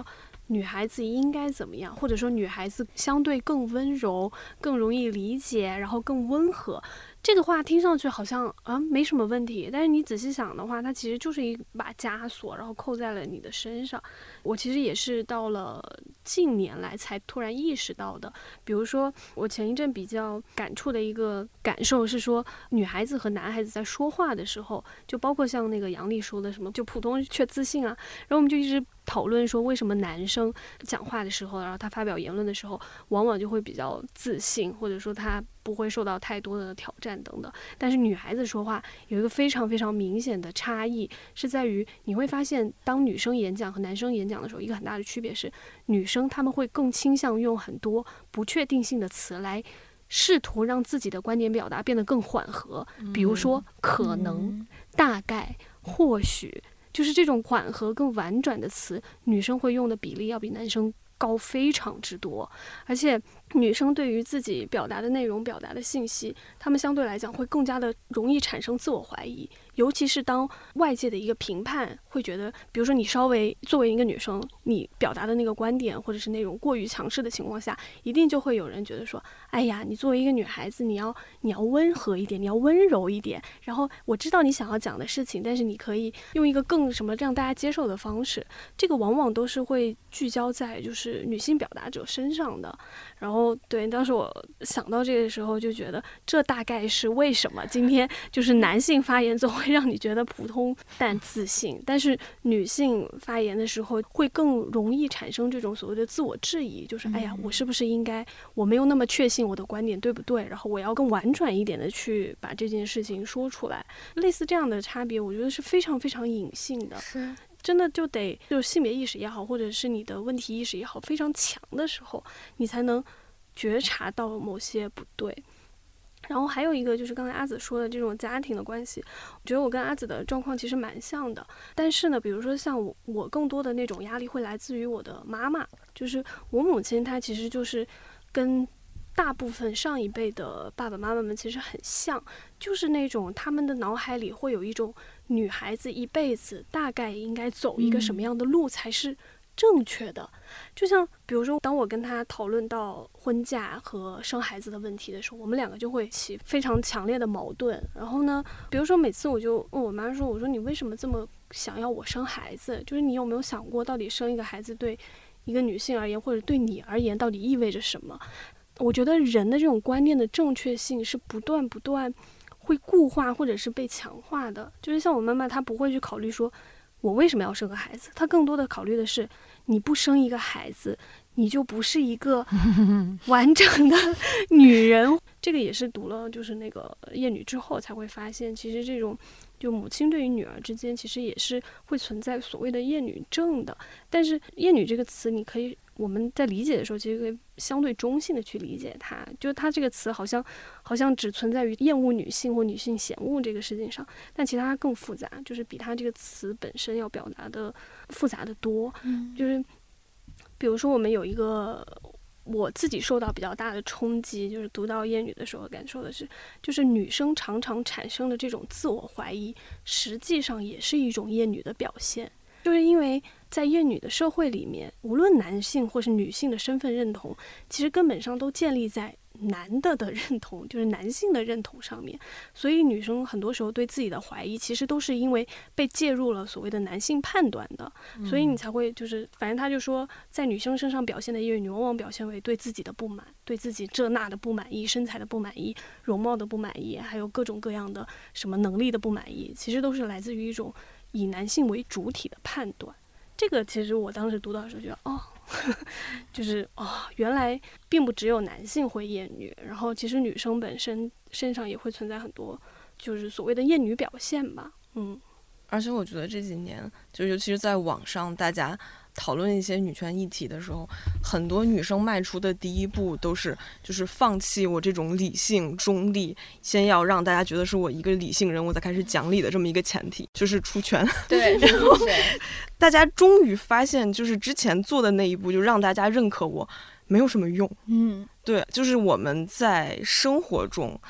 女孩子应该怎么样，或者说女孩子相对更温柔，更容易理解，然后更温和。这个话听上去好像啊没什么问题，但是你仔细想的话，它其实就是一把枷锁，然后扣在了你的身上。我其实也是到了近年来才突然意识到的。比如说我前一阵比较感触的一个感受是说，女孩子和男孩子在说话的时候，就包括像那个杨丽说的什么就普通却自信啊，然后我们就一直讨论说为什么男生讲话的时候，然后他发表言论的时候往往就会比较自信，或者说他不会受到太多的挑战等等。但是女孩子说话有一个非常非常明显的差异，是在于你会发现当女生演讲和男生演讲的时候，一个很大的区别是女生她们会更倾向用很多不确定性的词来试图让自己的观点表达变得更缓和，比如说可能、大概、或许，就是这种缓和更婉转的词，女生会用的比例要比男生高非常之多。而且女生对于自己表达的内容、表达的信息，她们相对来讲会更加的容易产生自我怀疑，尤其是当外界的一个评判会觉得，比如说你稍微作为一个女生，你表达的那个观点或者是内容过于强势的情况下，一定就会有人觉得说，哎呀，你作为一个女孩子，你要你要温和一点，你要温柔一点，然后我知道你想要讲的事情，但是你可以用一个更什么让大家接受的方式。这个往往都是会聚焦在就是女性表达者身上的。然后对，当时我想到这个时候就觉得，这大概是为什么今天就是男性发言总会让你觉得普通但自信，但是女性发言的时候会更容易产生这种所谓的自我质疑，就是哎呀，我是不是应该，我没有那么确信我的观点对不对，然后我要更婉转一点的去把这件事情说出来。类似这样的差别，我觉得是非常非常隐性的， 是真的就得就是性别意识也好，或者是你的问题意识也好非常强的时候，你才能觉察到某些不对。然后还有一个就是刚才阿紫说的这种家庭的关系，我觉得我跟阿紫的状况其实蛮像的。但是呢，比如说像我，我更多的那种压力会来自于我的妈妈，就是我母亲，她其实就是跟大部分上一辈的爸爸妈妈们其实很像，就是那种他们的脑海里会有一种女孩子一辈子大概应该走一个什么样的路才是正确的。就像比如说当我跟他讨论到婚嫁和生孩子的问题的时候，我们两个就会起非常强烈的矛盾。然后呢，比如说每次我就问我妈说，我说你为什么这么想要我生孩子，就是你有没有想过到底生一个孩子对一个女性而言或者对你而言到底意味着什么。我觉得人的这种观念的正确性是不断不断会固化或者是被强化的。就是像我妈妈，她不会去考虑说我为什么要生个孩子，她更多的考虑的是你不生一个孩子你就不是一个完整的女人。这个也是读了就是那个《厌女》之后才会发现，其实这种就母亲对于女儿之间其实也是会存在所谓的厌女症的。但是厌女这个词你可以我们在理解的时候其实可以相对中性的去理解它，就是它这个词好像好像只存在于厌恶女性或女性嫌恶这个事情上，但其实它更复杂，就是比它这个词本身要表达的复杂的多。嗯，就是比如说我们有一个我自己受到比较大的冲击，就是读到《厌女》的时候感受的是，就是女生常常产生的这种自我怀疑实际上也是一种厌女的表现。就是因为在厌女的社会里面，无论男性或是女性的身份认同其实根本上都建立在男的的认同，就是男性的认同上面，所以女生很多时候对自己的怀疑其实都是因为被介入了所谓的男性判断的。所以你才会就是反正他就说在女生身上表现的厌女往往表现为对自己的不满，对自己这那的不满意，身材的不满意，容貌的不满意，还有各种各样的什么能力的不满意，其实都是来自于一种以男性为主体的判断。这个其实我当时读到的时候觉得哦呵呵就是哦，原来并不只有男性会厌女，然后其实女生本身身上也会存在很多就是所谓的厌女表现吧。嗯， 而且我觉得这几年就尤其是在网上大家讨论一些女权议题的时候，很多女生迈出的第一步都是就是放弃我这种理性中立，先要让大家觉得是我一个理性人我才开始讲理的这么一个前提，就是出拳。 对， 然后大家终于发现就是之前做的那一步就让大家认可我没有什么用。 嗯， 对，就是我们在生活中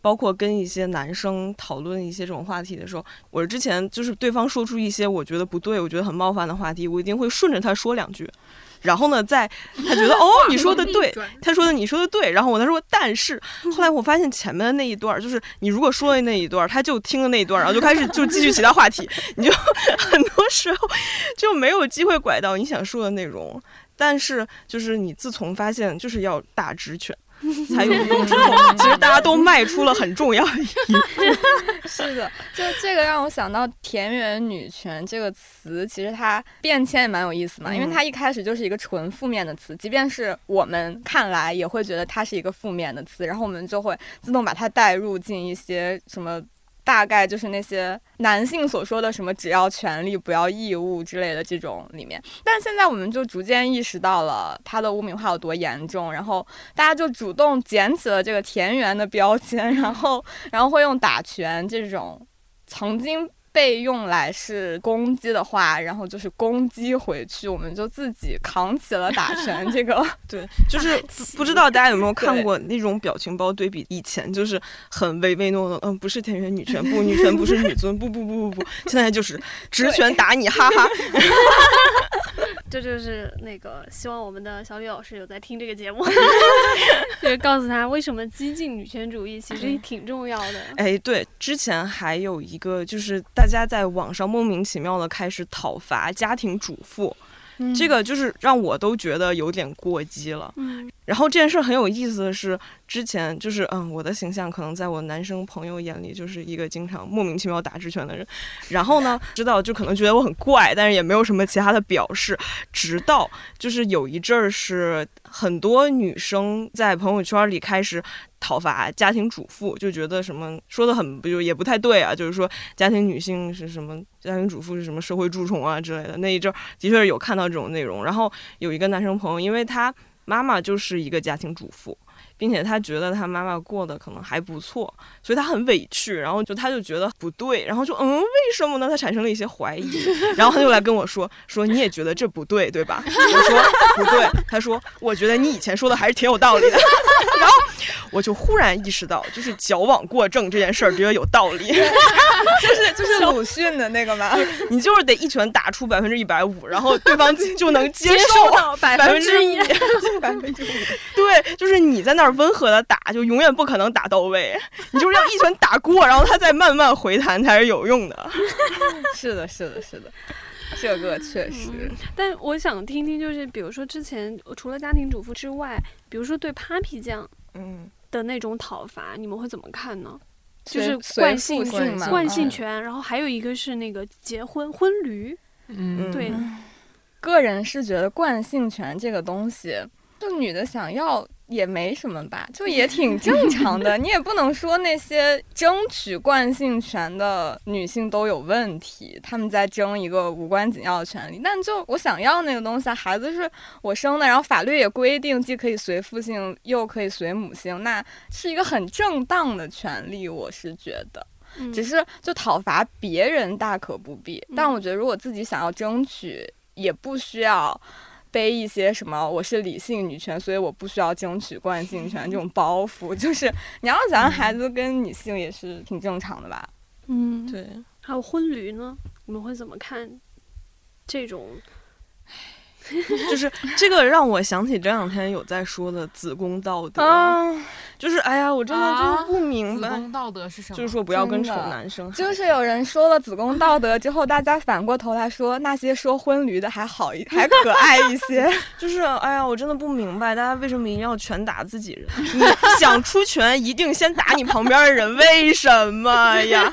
包括跟一些男生讨论一些这种话题的时候，我之前就是对方说出一些我觉得不对，我觉得很冒犯的话题，我一定会顺着他说两句。然后呢，在他觉得哦你说的对，他说的你说的对，然后我再说但是，后来我发现前面的那一段，就是你如果说的那一段，他就听了那一段，然后就开始就继续其他话题，你就很多时候就没有机会拐到你想说的内容。但是就是你自从发现就是要打直拳才有用之后，其实大家都迈出了很重要的一步。 是的，就这个让我想到田园女权这个词，其实它变迁也蛮有意思嘛，因为它一开始就是一个纯负面的词，即便是我们看来也会觉得它是一个负面的词，然后我们就会自动把它带入进一些什么大概就是那些男性所说的什么只要权利不要义务之类的这种里面，但是现在我们就逐渐意识到了它的污名化有多严重，然后大家就主动捡起了这个田园的标签，然后然后会用打拳这种曾经被用来是攻击的话，然后就是攻击回去，我们就自己扛起了打拳这个。 对，就是不知道大家有没有看过那种表情包对比，以前就是很唯唯诺诺，嗯，不是田园女权，不，女权不是女尊，不不不不不，现在就是直拳打你，哈哈。 这就是那个希望我们的小李老师有在听这个节目，就是告诉他为什么激进女权主义其实挺重要的。 哎，对，之前还有一个就是大家在网上莫名其妙的开始讨伐家庭主妇。嗯、这个就是让我都觉得有点过激了。嗯，然后这件事很有意思的是，之前就是嗯，我的形象可能在我男生朋友眼里就是一个经常莫名其妙打直拳的人。然后呢，知道就可能觉得我很怪，但是也没有什么其他的表示。直到就是有一阵儿是很多女生在朋友圈里开始讨伐家庭主妇，就觉得什么说的很不就也不太对啊，就是说家庭女性是什么，家庭主妇是什么社会蛀虫啊之类的。那一阵的确是有看到这种内容。然后有一个男生朋友，因为他妈妈就是一个家庭主妇，并且他觉得他妈妈过得可能还不错，所以他很委屈，然后就他就觉得不对，然后就嗯为什么呢？他产生了一些怀疑，然后他就来跟我说说你也觉得这不对对吧？我说不对，他说我觉得你以前说的还是挺有道理的。然后我就忽然意识到，就是矫枉过正这件事儿觉得有道理。 就是就是鲁迅的那个嘛， 你就是得一拳打出百分之一百五，然后对方就能接受到百分之一， 百分之五。对，就是你在那儿温和的打，就永远不可能打到位，你就是要一拳打过，然后他再慢慢回弹才是有用的。 是的，是的，是的。这个确实、嗯， 但我想听听，就是比如说之前除了家庭主妇之外，比如说对 Papi 酱嗯的那种讨伐，你们会怎么看呢？就是惯性惯性权，然后还有一个是那个结婚婚驴，嗯，对。 个人是觉得惯性权这个东西，就女的想要也没什么吧，就也挺正常的。你也不能说那些争取惯性权的女性都有问题，她们在争一个无关紧要的权利。但就我想要那个东西，孩子是我生的，然后法律也规定既可以随父姓又可以随母姓，那是一个很正当的权利，我是觉得。嗯、只是就讨伐别人大可不必，但我觉得如果自己想要争取，也不需要背一些什么我是理性女权，所以我不需要争取惯性权这种包袱。就是你要想让孩子跟女性也是挺正常的吧。 嗯，对。还有婚驴呢，你们会怎么看这种？ 就是这个让我想起这两天有在说的子宫道德、啊、就是哎呀我真的就是不明白、 啊、子宫道德是什么， 就是说不要跟丑男生。 就是有人说了子宫道德之后，大家反过头来说那些说婚驴的还好一还可爱一些。 就是哎呀我真的不明白大家为什么一定要拳打自己人，你想出拳一定先打你旁边的人，为什么呀？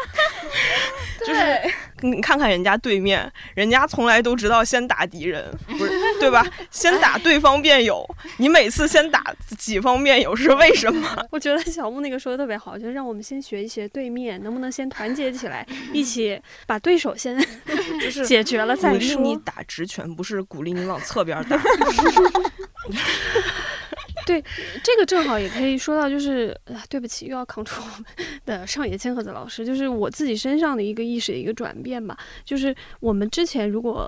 就是你看看人家对面，人家从来都知道先打敌人，不是对吧？先打对方辩友，你每次先打己方辩友是为什么？ 我觉得小木那个说的特别好，就是让我们先学一学对面，能不能先团结起来，一起把对手先就是解决了再说。 鼓励你打直拳，不是鼓励你往侧边打。 对，这个正好也可以说到，就是对不起，又要扛出我们的上野千鹤子老师，就是我自己身上的一个意识的一个转变吧。就是我们之前如果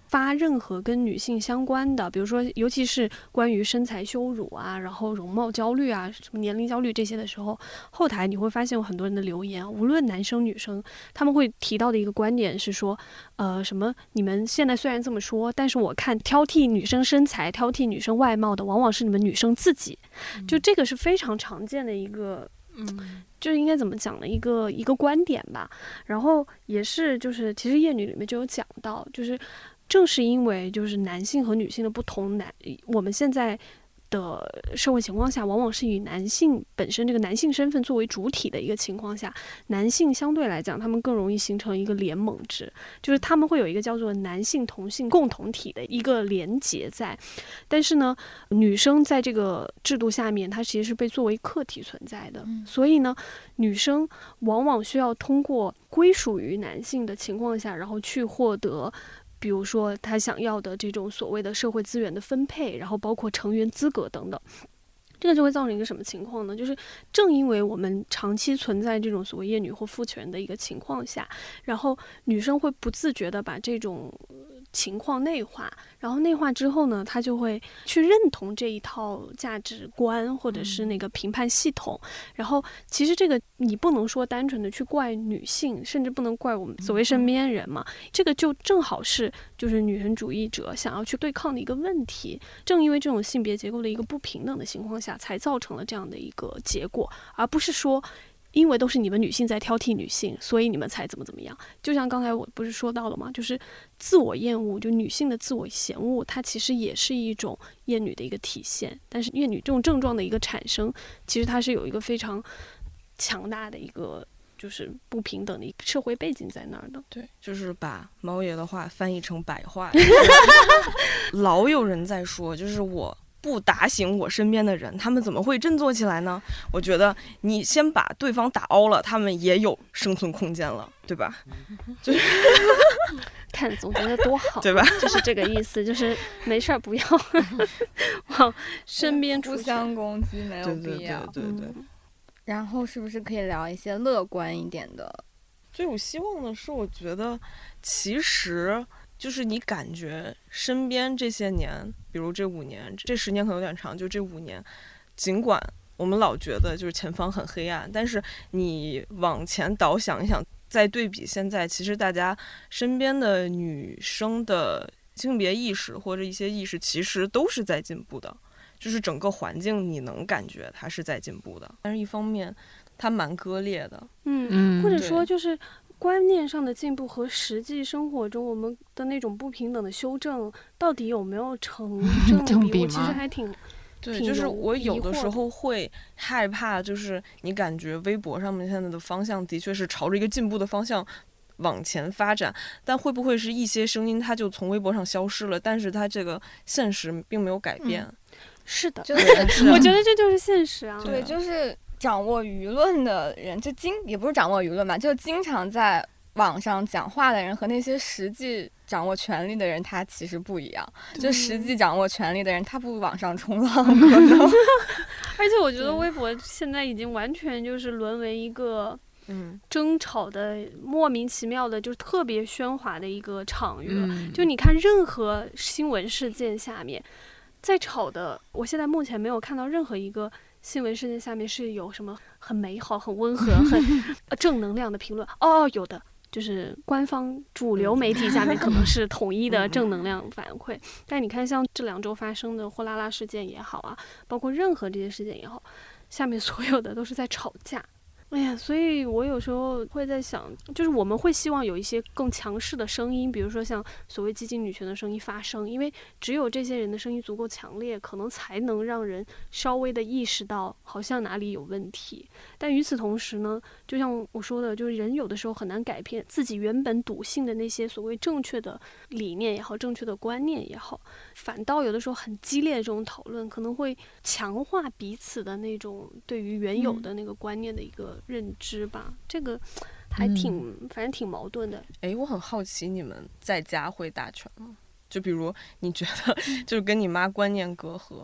发任何跟女性相关的，比如说尤其是关于身材羞辱啊，然后容貌焦虑啊，什么年龄焦虑这些的时候，后台你会发现有很多人的留言，无论男生女生，他们会提到的一个观点是说，呃，什么你们现在虽然这么说，但是我看挑剔女生身材、挑剔女生外貌的，往往是你们女生自己，就这个是非常常见的一个。嗯，就应该怎么讲呢？一个一个观点吧。然后也是，就是其实《厌女》里面就有讲到，就是正是因为就是男性和女性的不同，男我们现在的社会情况下，往往是以男性本身这个男性身份作为主体的一个情况下，男性相对来讲，他们更容易形成一个联盟制，就是他们会有一个叫做男性同性共同体的一个连结在。但是呢，女生在这个制度下面，她其实是被作为客体存在的，嗯、所以呢，女生往往需要通过归属于男性的情况下，然后去获得。比如说他想要的这种所谓的社会资源的分配，然后包括成员资格等等，这个就会造成一个什么情况呢？就是正因为我们长期存在这种所谓厌女或父权的一个情况下，然后女生会不自觉的把这种情况内化，然后内化之后呢，她就会去认同这一套价值观或者是那个评判系统。嗯、然后其实这个你不能说单纯的去怪女性，甚至不能怪我们所谓身边人嘛。嗯、这个就正好是就是女权主义者想要去对抗的一个问题。正因为这种性别结构的一个不平等的情况下，才造成了这样的一个结果，而不是说。因为都是你们女性在挑剔女性，所以你们才怎么怎么样。就像刚才我不是说到了吗？就是自我厌恶，就女性的自我嫌恶，它其实也是一种厌女的一个体现。但是厌女这种症状的一个产生，其实它是有一个非常强大的一个就是不平等的一个社会背景在那儿的。 对，就是把猫爷的话翻译成白话，老有人在说，就是我。不打醒我身边的人，他们怎么会振作起来呢？我觉得你先把对方打凹了，他们也有生存空间了，对吧？就是看总结的多好， 对吧？ 就是这个意思，就是没事儿不要往身边互相攻击，没有必要。 对对对对对、 嗯。然后是不是可以聊一些乐观一点的？ 最有希望的是，我觉得其实。就是你感觉身边这些年，比如这五年，这十年可能有点长，就这五年，尽管我们老觉得就是前方很黑暗，但是你往前倒想一想，再对比现在，其实大家身边的女生的性别意识或者一些意识，其实都是在进步的，就是整个环境你能感觉它是在进步的，但是一方面它蛮割裂的， 嗯，或者说就是观念上的进步和实际生活中我们的那种不平等的修正到底有没有成正比？我其实还挺对，就是我有的时候会害怕，就是你感觉微博上面现在的方向的确是朝着一个进步的方向往前发展，但会不会是一些声音它就从微博上消失了，但是它这个现实并没有改变？ 嗯、是的， 就是我觉得这就是现实啊。 对，就是掌握舆论的人，就经也不是掌握舆论吧，就经常在网上讲话的人和那些实际掌握权力的人，他其实不一样。就实际掌握权力的人，他不网上冲浪可能。 而且我觉得微博现在已经完全就是沦为一个嗯争吵的莫名其妙的，就是特别喧哗的一个场域了。嗯、就你看任何新闻事件下面，在吵的，我现在目前没有看到任何一个新闻事件下面是有什么很美好、很温和、很正能量的评论。哦，有的。就是官方主流媒体下面可能是统一的正能量反馈，但你看像这两周发生的货拉拉事件也好啊，包括任何这些事件也好，下面所有的都是在吵架。哎呀，所以我有时候会在想，就是我们会希望有一些更强势的声音，比如说像所谓激进女权的声音发声，因为只有这些人的声音足够强烈，可能才能让人稍微的意识到好像哪里有问题。但与此同时呢，就像我说的，就是人有的时候很难改变自己原本笃信的那些所谓正确的理念也好，正确的观念也好，反倒有的时候很激烈的这种讨论可能会强化彼此的那种对于原有的那个观念的一个认知吧，这个还挺、嗯、反正挺矛盾的。 哎，我很好奇你们在家会打拳吗？就比如你觉得就是跟你妈观念隔阂，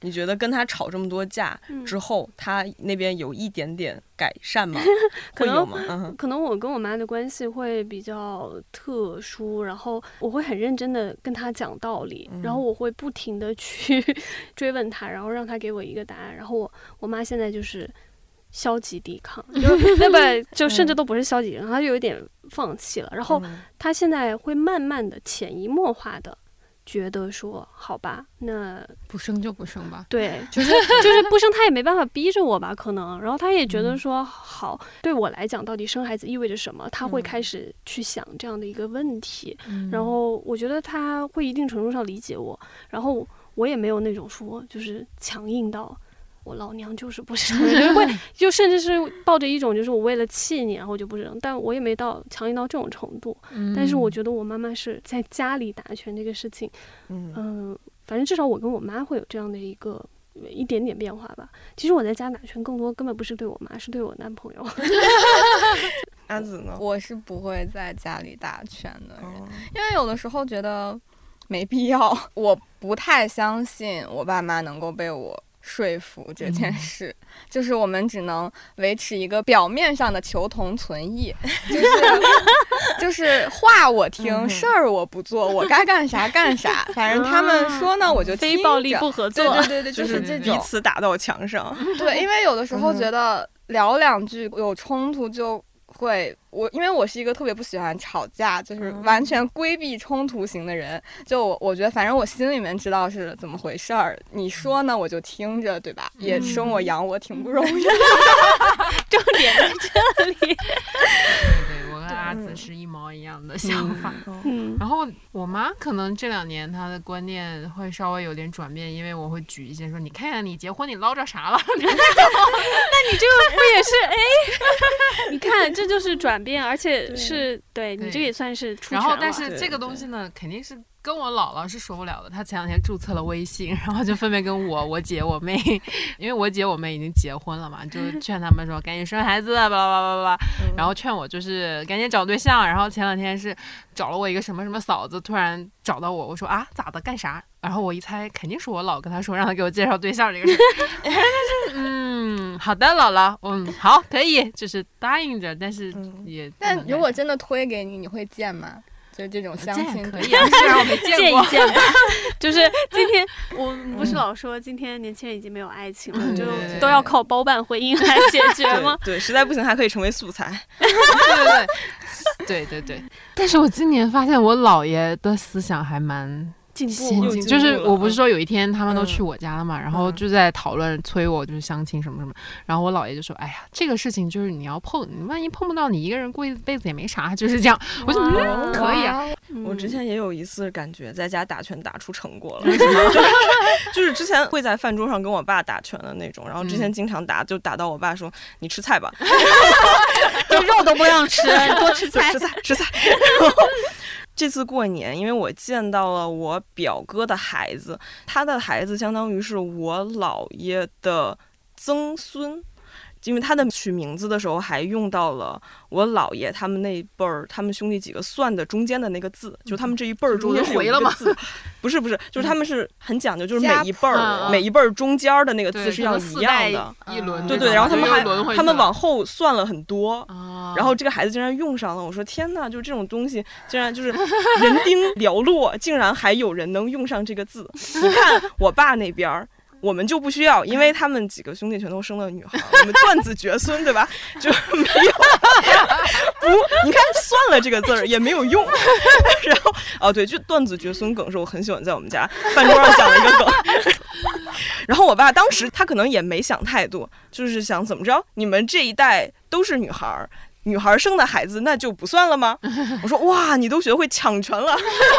你觉得跟他吵这么多架之后，嗯、他那边有一点点改善吗？会有吗？嗯、 可能我跟我妈的关系会比较特殊，然后我会很认真的跟他讲道理，嗯、然后我会不停的去追问他，然后让他给我一个答案。然后我我妈现在就是消极抵抗，就那么就甚至都不是消极，然后他就有点放弃了。然后他现在会慢慢的潜移默化的觉得说，好吧，那不生就不生吧。 对，就是就是不生，他也没办法逼着我吧，可能。然后他也觉得说，嗯、好，对我来讲，到底生孩子意味着什么？他会开始去想这样的一个问题。嗯、然后我觉得他会一定程度上理解我，然后我也没有那种说就是强硬到。我老娘就是不生，就会就甚至是抱着一种就是我为了气你然后就不生，但我也没到强硬到这种程度。嗯、但是我觉得我妈妈是在家里打拳这个事情，嗯、呃，反正至少我跟我妈会有这样的一个一点点变化吧。其实我在家打拳更多根本不是对我妈，是对我男朋友。 安子呢？ 我是不会在家里打拳的人，哦、因为有的时候觉得没必要。我不太相信我爸妈能够被我说服这件事，嗯、就是我们只能维持一个表面上的求同存异，就是就是话我听，嗯、事儿我不做，我该干啥干啥，反正他们说呢，嗯、我就听着。 非暴力不合作， 对对对对，就是这种彼此打到墙上。 对，因为有的时候觉得聊两句有冲突就会。我因为我是一个特别不喜欢吵架，就是完全规避冲突型的人。就我我觉得，反正我心里面知道是怎么回事儿，你说呢我就听着，对吧？也生我养我挺不容易的。 重点在这里。 对对，我跟阿紫是一毛一样的想法。嗯，然后我妈可能这两年她的观念会稍微有点转变，因为我会举一些说，你看看你结婚你捞着啥了？那你这个不也是哎？你看这就是转。而且是 对, 对你这个也算是出拳了。 然后但是这个东西呢肯定是跟我姥姥是说不了的，她前两天注册了微信，然后就分别跟我我姐我妹，因为我姐我妹已经结婚了嘛，就劝他们说赶紧生孩子巴拉巴拉巴拉，然后劝我就是赶紧找对象。然后前两天是找了我一个什么什么嫂子，突然找到我，我说啊咋的干啥？然后我一猜肯定是我姥跟他说让他给我介绍对象这个事。嗯，好的姥姥，嗯好可以，就是答应着，但是也、嗯、 但如果真的推给你，你会见吗？就是这种相亲可以啊，虽然我没见过。 见一见吧。就是今天我不是老说今天年轻人已经没有爱情了，嗯、就都要靠包办婚姻来解决吗？ 对, 对，实在不行还可以成为素材。 对对对对对对。但是我今年发现我姥爷的思想还蛮。 进步进就是我不是说有一天他们都去我家了嘛、嗯、然后就在讨论催我就是相亲什么什么，然后我姥爷就说哎呀这个事情就是你要碰，你万一碰不到你一个人过一辈子也没啥，就是这样。我就嗯可以啊。 我之前也有一次感觉在家打拳打出成果了，就是之前会在饭桌上跟我爸打拳的那种，然后之前经常打就打到我爸说你吃菜吧， 就肉都不让吃，多吃菜吃菜吃菜。这次过年因为我见到了我表哥的孩子，他的孩子相当于是我姥爷的曾孙，因为他的取名字的时候还用到了我姥爷他们那辈儿他们兄弟几个算的中间的那个字，就他们这一辈儿中间有一个字，不是不是，就是他们是很讲究，就是每一辈儿每一辈儿中间的那个字是要一样的， 一轮对对，然后他们还他们往后算了很多，然后这个孩子竟然用上了，我说天哪，就这种东西竟然就是人丁寥落，竟然还有人能用上这个字。你看我爸那边我们就不需要，因为他们几个兄弟全都生了女孩，我们断子绝孙，对吧？就没有不，你看算了这个字儿也没有用。然后哦对，就断子绝孙梗是我很喜欢在我们家饭桌上讲的一个梗。然后我爸当时他可能也没想太多，就是想怎么着，你们这一代都是女孩，女孩生的孩子那就不算了吗？我说哇，你都学会抢权了。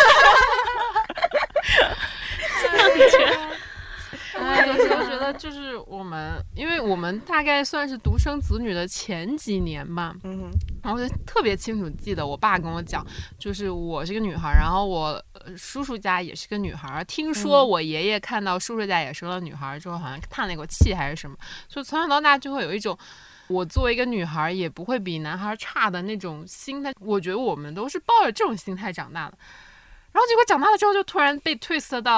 抢权。 我有时候觉得就是我们，因为我们大概算是独生子女的前几年吧，嗯，然后我就特别清楚记得我爸跟我讲，就是我是个女孩，然后我叔叔家也是个女孩，听说我爷爷看到叔叔家也生了女孩之后，好像叹了一口气还是什么，所以从小到大就会有一种我作为一个女孩也不会比男孩差的那种心态。我觉得我们都是抱着这种心态长大的，然后结果长大了之后就突然被 twist 到。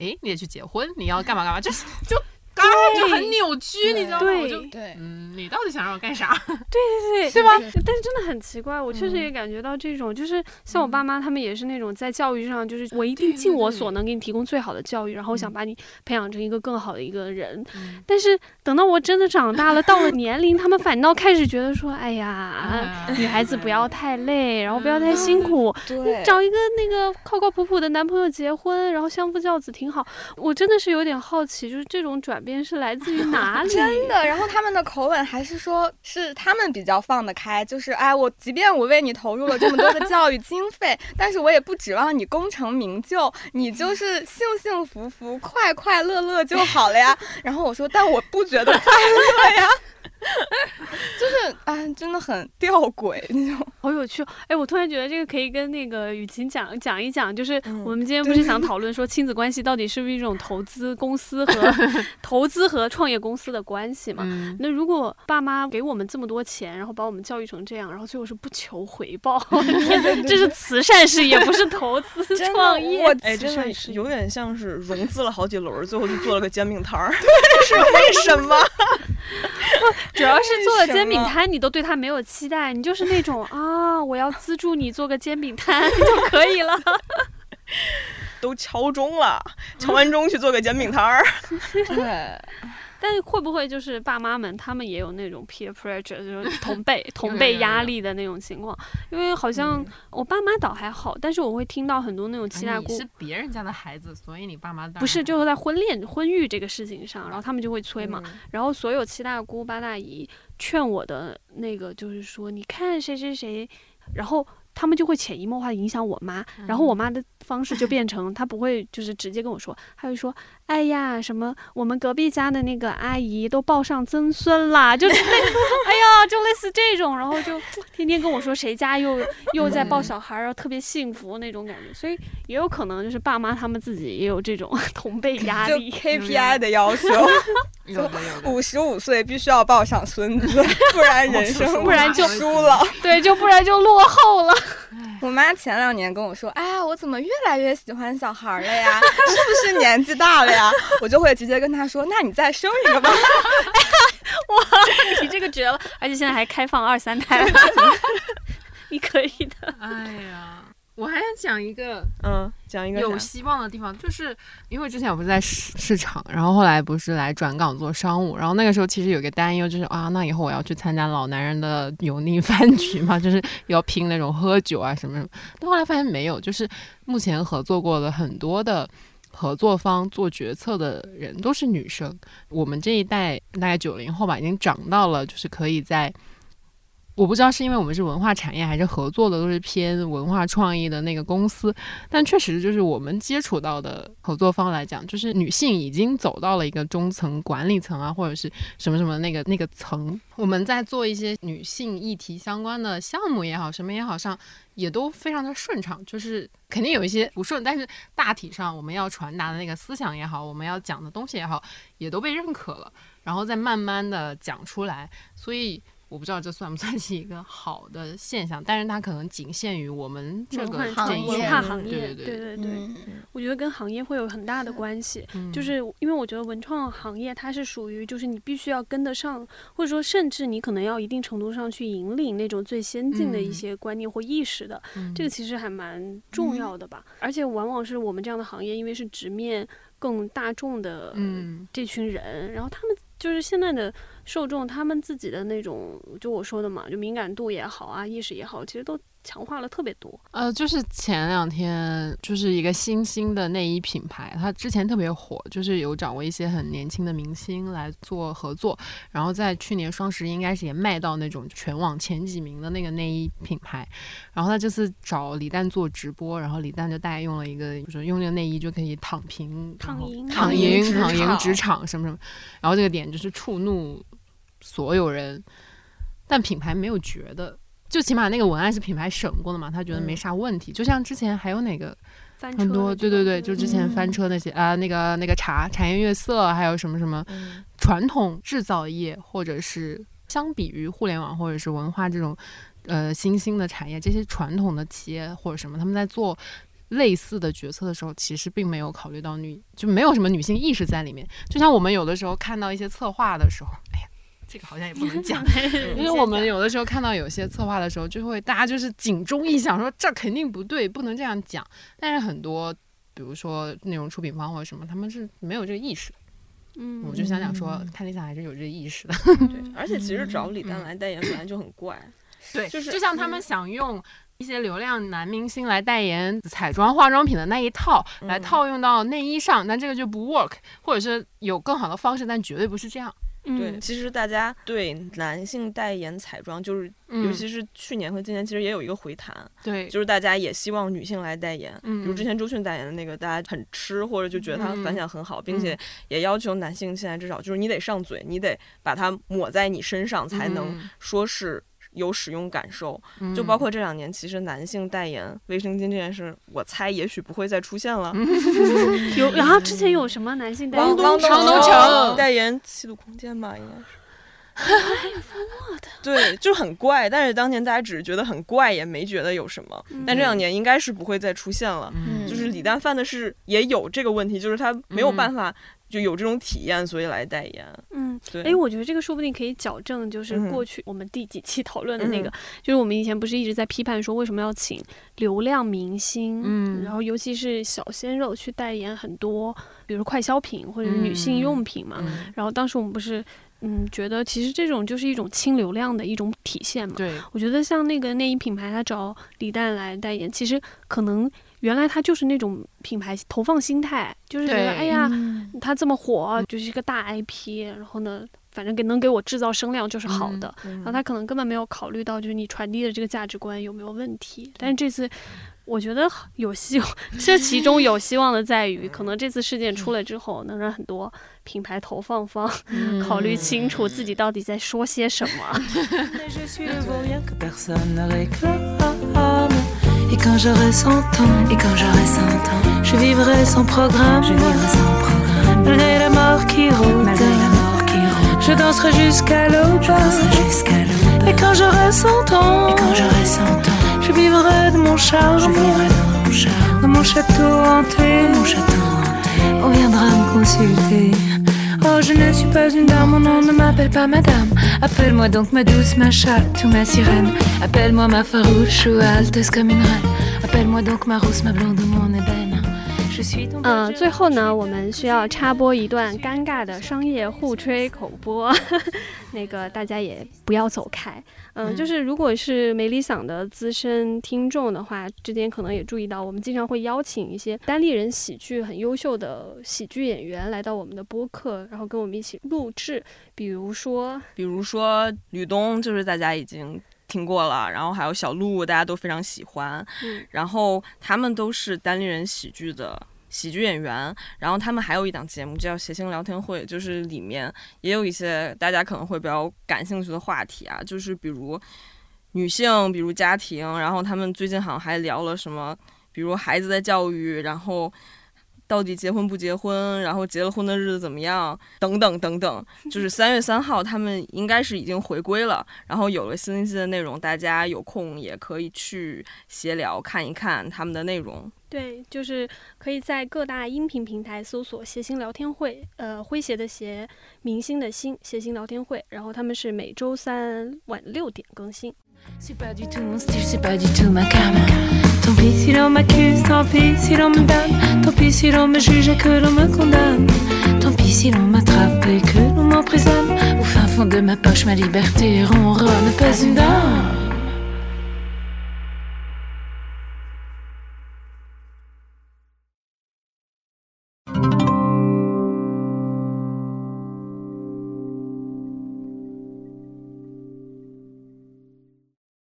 哎，你得去结婚，你要干嘛干嘛，就是就刚就很扭曲，你知道吗？我就对， 嗯，你到底想让我干啥？ 对对对， 是吧？ 但是真的很奇怪，我确实也感觉到这种，就是像我爸妈他们也是那种在教育上，就是我一定尽我所能给你提供最好的教育，然后我想把你培养成一个更好的一个人。但是等到我真的长大了，到了年龄，他们反倒开始觉得说，哎呀，女孩子不要太累，然后不要太辛苦， 对， 找一个那个靠靠谱谱的男朋友结婚，然后相夫教子挺好。我真的是有点好奇，就是这种转变是来自于哪里？ 真的，然后他们的口吻还是说是他们比较放得开，就是哎，我即便我为你投入了这么多的教育经费，但是我也不指望你功成名就，你就是幸幸福福、快快乐乐就好了呀。然后我说，但我不觉得快乐呀。就是哎，真的很吊诡那种， 好有趣。哎，我突然觉得这个可以跟那个雨晴讲讲一讲，就是嗯我们今天不是想讨论说亲子关系到底是不是一种投资公司和投资和创业公司的关系嘛？ 嗯、 那如果爸妈给我们这么多钱，然后把我们教育成这样，然后最后是不求回报，这是慈善事业，不是投资创业。 哎，真的有点像是融资了好几轮，最后就做了个煎饼摊儿，是为什么？ 主要是做了煎饼摊，你都对他没有期待，你就是那种啊，我要资助你做个煎饼摊就可以了。 都敲钟了，敲完钟去做个煎饼摊儿。 对。 但是会不会就是爸妈们他们也有那种 peer pressure， 就是同辈同辈压力的那种情况？因为好像我爸妈倒还好，但是我会听到很多那种七大姑、 啊、你是别人家的孩子，所以你爸妈不是就是在婚恋婚育这个事情上，然后他们就会催嘛。嗯、然后所有七大姑八大姨劝我的那个就是说，你看谁谁谁，然后。他们就会潜移默化的影响我妈，然后我妈的方式就变成，她不会就是直接跟我说，她会说，哎呀，什么我们隔壁家的那个阿姨都抱上曾孙啦，就类，哎呀，就类似这种，然后就天天跟我说谁家又又在抱小孩，然后特别幸福那种感觉，所以也有可能就是爸妈他们自己也有这种同辈压力， 就 K P I 的要求， 有的有的， 五十五岁必须要抱上孙子，不然人生不然就输了， 对，就不然就落后了。 我妈前两年跟我说，哎呀，我怎么越来越喜欢小孩了呀？是不是年纪大了呀？我就会直接跟她说，那你再生一个吧。 哇，你这个绝了！而且现在还开放二三胎，你可以的。 哎呀。我还想讲一个， 嗯，讲一个有希望的地方，就是因为之前我不是在市市场，然后后来不是来转岗做商务，然后那个时候其实有个担忧，就是啊，那以后我要去参加老男人的油腻饭局嘛，就是要拼那种喝酒啊什么什么，但后来发现没有，就是目前合作过的很多的合作方做决策的人都是女生，我们这一代大概九零后吧，已经长到了就是可以在。我不知道是因为我们是文化产业还是合作的都是偏文化创意的那个公司，但确实就是我们接触到的合作方来讲，就是女性已经走到了一个中层管理层啊，或者是什么什么那个那个层。我们在做一些女性议题相关的项目也好，什么也好上，也都非常的顺畅，就是肯定有一些不顺，但是大体上我们要传达的那个思想也好，我们要讲的东西也好，也都被认可了，然后再慢慢的讲出来，所以。我不知道这算不算是一个好的现象，但是它可能仅限于我们这个行业，文化行业， 对对对对对， 嗯、 我觉得跟行业会有很大的关系， 嗯、 就是因为我觉得文创行业它是属于就是你必须要跟得上，或者说甚至你可能要一定程度上去引领那种最先进的一些观念或意识的， 嗯、 这个其实还蛮重要的吧。嗯、而且往往是我们这样的行业，因为是直面更大众的这群人， 嗯、 然后他们。就是现在的受众，他们自己的那种，就我说的嘛，就敏感度也好啊，意识也好，其实都强化了特别多。 呃，就是前两天就是一个新兴的内衣品牌，它之前特别火，就是有找过一些很年轻的明星来做合作，然后在去年双十一应该是也卖到那种全网前几名的那个内衣品牌，然后他这次找李诞做直播，然后李诞就大概用了一个，就是用这个内衣就可以躺平、 躺赢、 躺赢、躺赢职场什么什么，然后这个点就是触怒所有人，但品牌没有觉得。就起码那个文案是品牌审过的嘛，他觉得没啥问题。嗯、就像之前还有哪个很多，对对对，就之前翻车那些啊、嗯呃，那个那个茶产业月色，还有什么什么传统制造业，或者是相比于互联网或者是文化这种呃新兴的产业，这些传统的企业或者什么，他们在做类似的角色的时候，其实并没有考虑到女，就没有什么女性意识在里面。就像我们有的时候看到一些策划的时候，哎呀，这个好像也不能讲，因为我们有的时候看到有些策划的时候，就会大家就是警钟一响，说这肯定不对，不能这样讲。但是很多，比如说内容出品方或者什么，他们是没有这个意识的。嗯，我就想想说，看理想还是有这个意识的。 对，而且其实找李诞来代言本来就很怪。 对，就是就像他们想用一些流量男明星来代言彩妆化妆品的那一套，嗯、来套用到内衣上，但这个就不 work， 或者是有更好的方式，但绝对不是这样。 对，其实大家对男性代言彩妆，就是、嗯、尤其是去年和今年，其实也有一个回弹。 对， 就是大家也希望女性来代言，嗯、比如之前周迅代言的那个，大家很吃，或者就觉得她反响很好，嗯、并且也要求男性现在至少就是你得上嘴，你得把它抹在你身上，才能说是有使用感受。嗯、就包括这两年，其实男性代言卫生巾这件事，我猜也许不会再出现了。 嗯、有，然后之前有什么男性代言？ 汪东城代言七度空间吧，应该是。对，就很怪，但是当年大家只是觉得很怪，也没觉得有什么。嗯、但这两年应该是不会再出现了。嗯、就是李诞犯的是也有这个问题，就是他没有办法就有这种体验，所以来代言。 嗯，对。哎，我觉得这个说不定可以矫正，就是过去我们第几期讨论的那个，嗯、就是我们以前不是一直在批判说为什么要请流量明星，嗯，然后尤其是小鲜肉去代言很多，比如快消品或者是女性用品嘛。嗯、然后当时我们不是。嗯，觉得其实这种就是一种轻流量的一种体现嘛。 对，我觉得像那个内衣品牌，他找李诞来代言，其实可能原来他就是那种品牌投放心态，就是觉得哎呀，他这么火，就是一个大 I P， 然后呢，反正给能给我制造声量就是好的。嗯嗯、然后他可能根本没有考虑到，就是你传递的这个价值观有没有问题。但是这次。我觉得有希望，这其中有希望的在于，可能这次事件出来之后，能让很多品牌投放方考虑清楚自己到底在说些什么。 Et quand j'aurai cent ans, et quand j'aurai cent ans, je vivrai sans programme, je vivrai sans programme. Malgré la mort qui rôde, malgré la mort qui rôde, je danserai jusqu'à l'aube, je danserai jusqu'à l'aube. Et quand j'aurai cent ans, et quand j'aurai cent ans, je vivrai de mon charme, je vivrai de mon charme, dans mon château hanté, mon château hanté. On viendra me consulter. Oh, je ne suis pas une dame, mon nom ne m'appelle pas madame. Appelle-moi donc ma douce, ma chatte ou ma sirène. Appelle-moi ma farouche ou alteuse comme une reine. Appelle-moi donc ma rousse, ma blonde ou mon ébène. 嗯、呃，最后呢，我们需要插播一段尴尬的商业互吹口播，那个大家也不要走开。嗯、呃，就是如果是没理想的资深听众的话，之前可能也注意到，我们经常会邀请一些单立人喜剧很优秀的喜剧演员来到我们的播客，然后跟我们一起录制。比如说， 比如说吕东，就是大家已经听过了，然后还有小鹿，大家都非常喜欢。嗯，然后他们都是单立人喜剧的喜剧演员，然后他们还有一档节目叫谐星聊天会，就是里面也有一些大家可能会比较感兴趣的话题啊，就是比如女性，比如家庭，然后他们最近好像还聊了什么，比如孩子的教育，然后到底结婚不结婚，然后结了婚的日子怎么样，等等等等。就是三月三号他们应该是已经回归了，然后有了新一季的内容，大家有空也可以去闲聊看一看他们的内容。 对，就是可以在各大音频平台搜索谐星聊天会，呃，诙谐的谐，明星的星，谐星聊天会，然后他们是每周三晚六点更新。 C'est pas du tout mon style, c'est pas du tout ma cam. Tant pis si l'on m'accuse, tant pis si l'on me damne, tant pis si l'on me juge et que l'on me condamne. Tant pis si l'on m'attrape et que l'on m'emprisonne. Au fin fond de ma poche, ma liberté ronronne, pas une dame.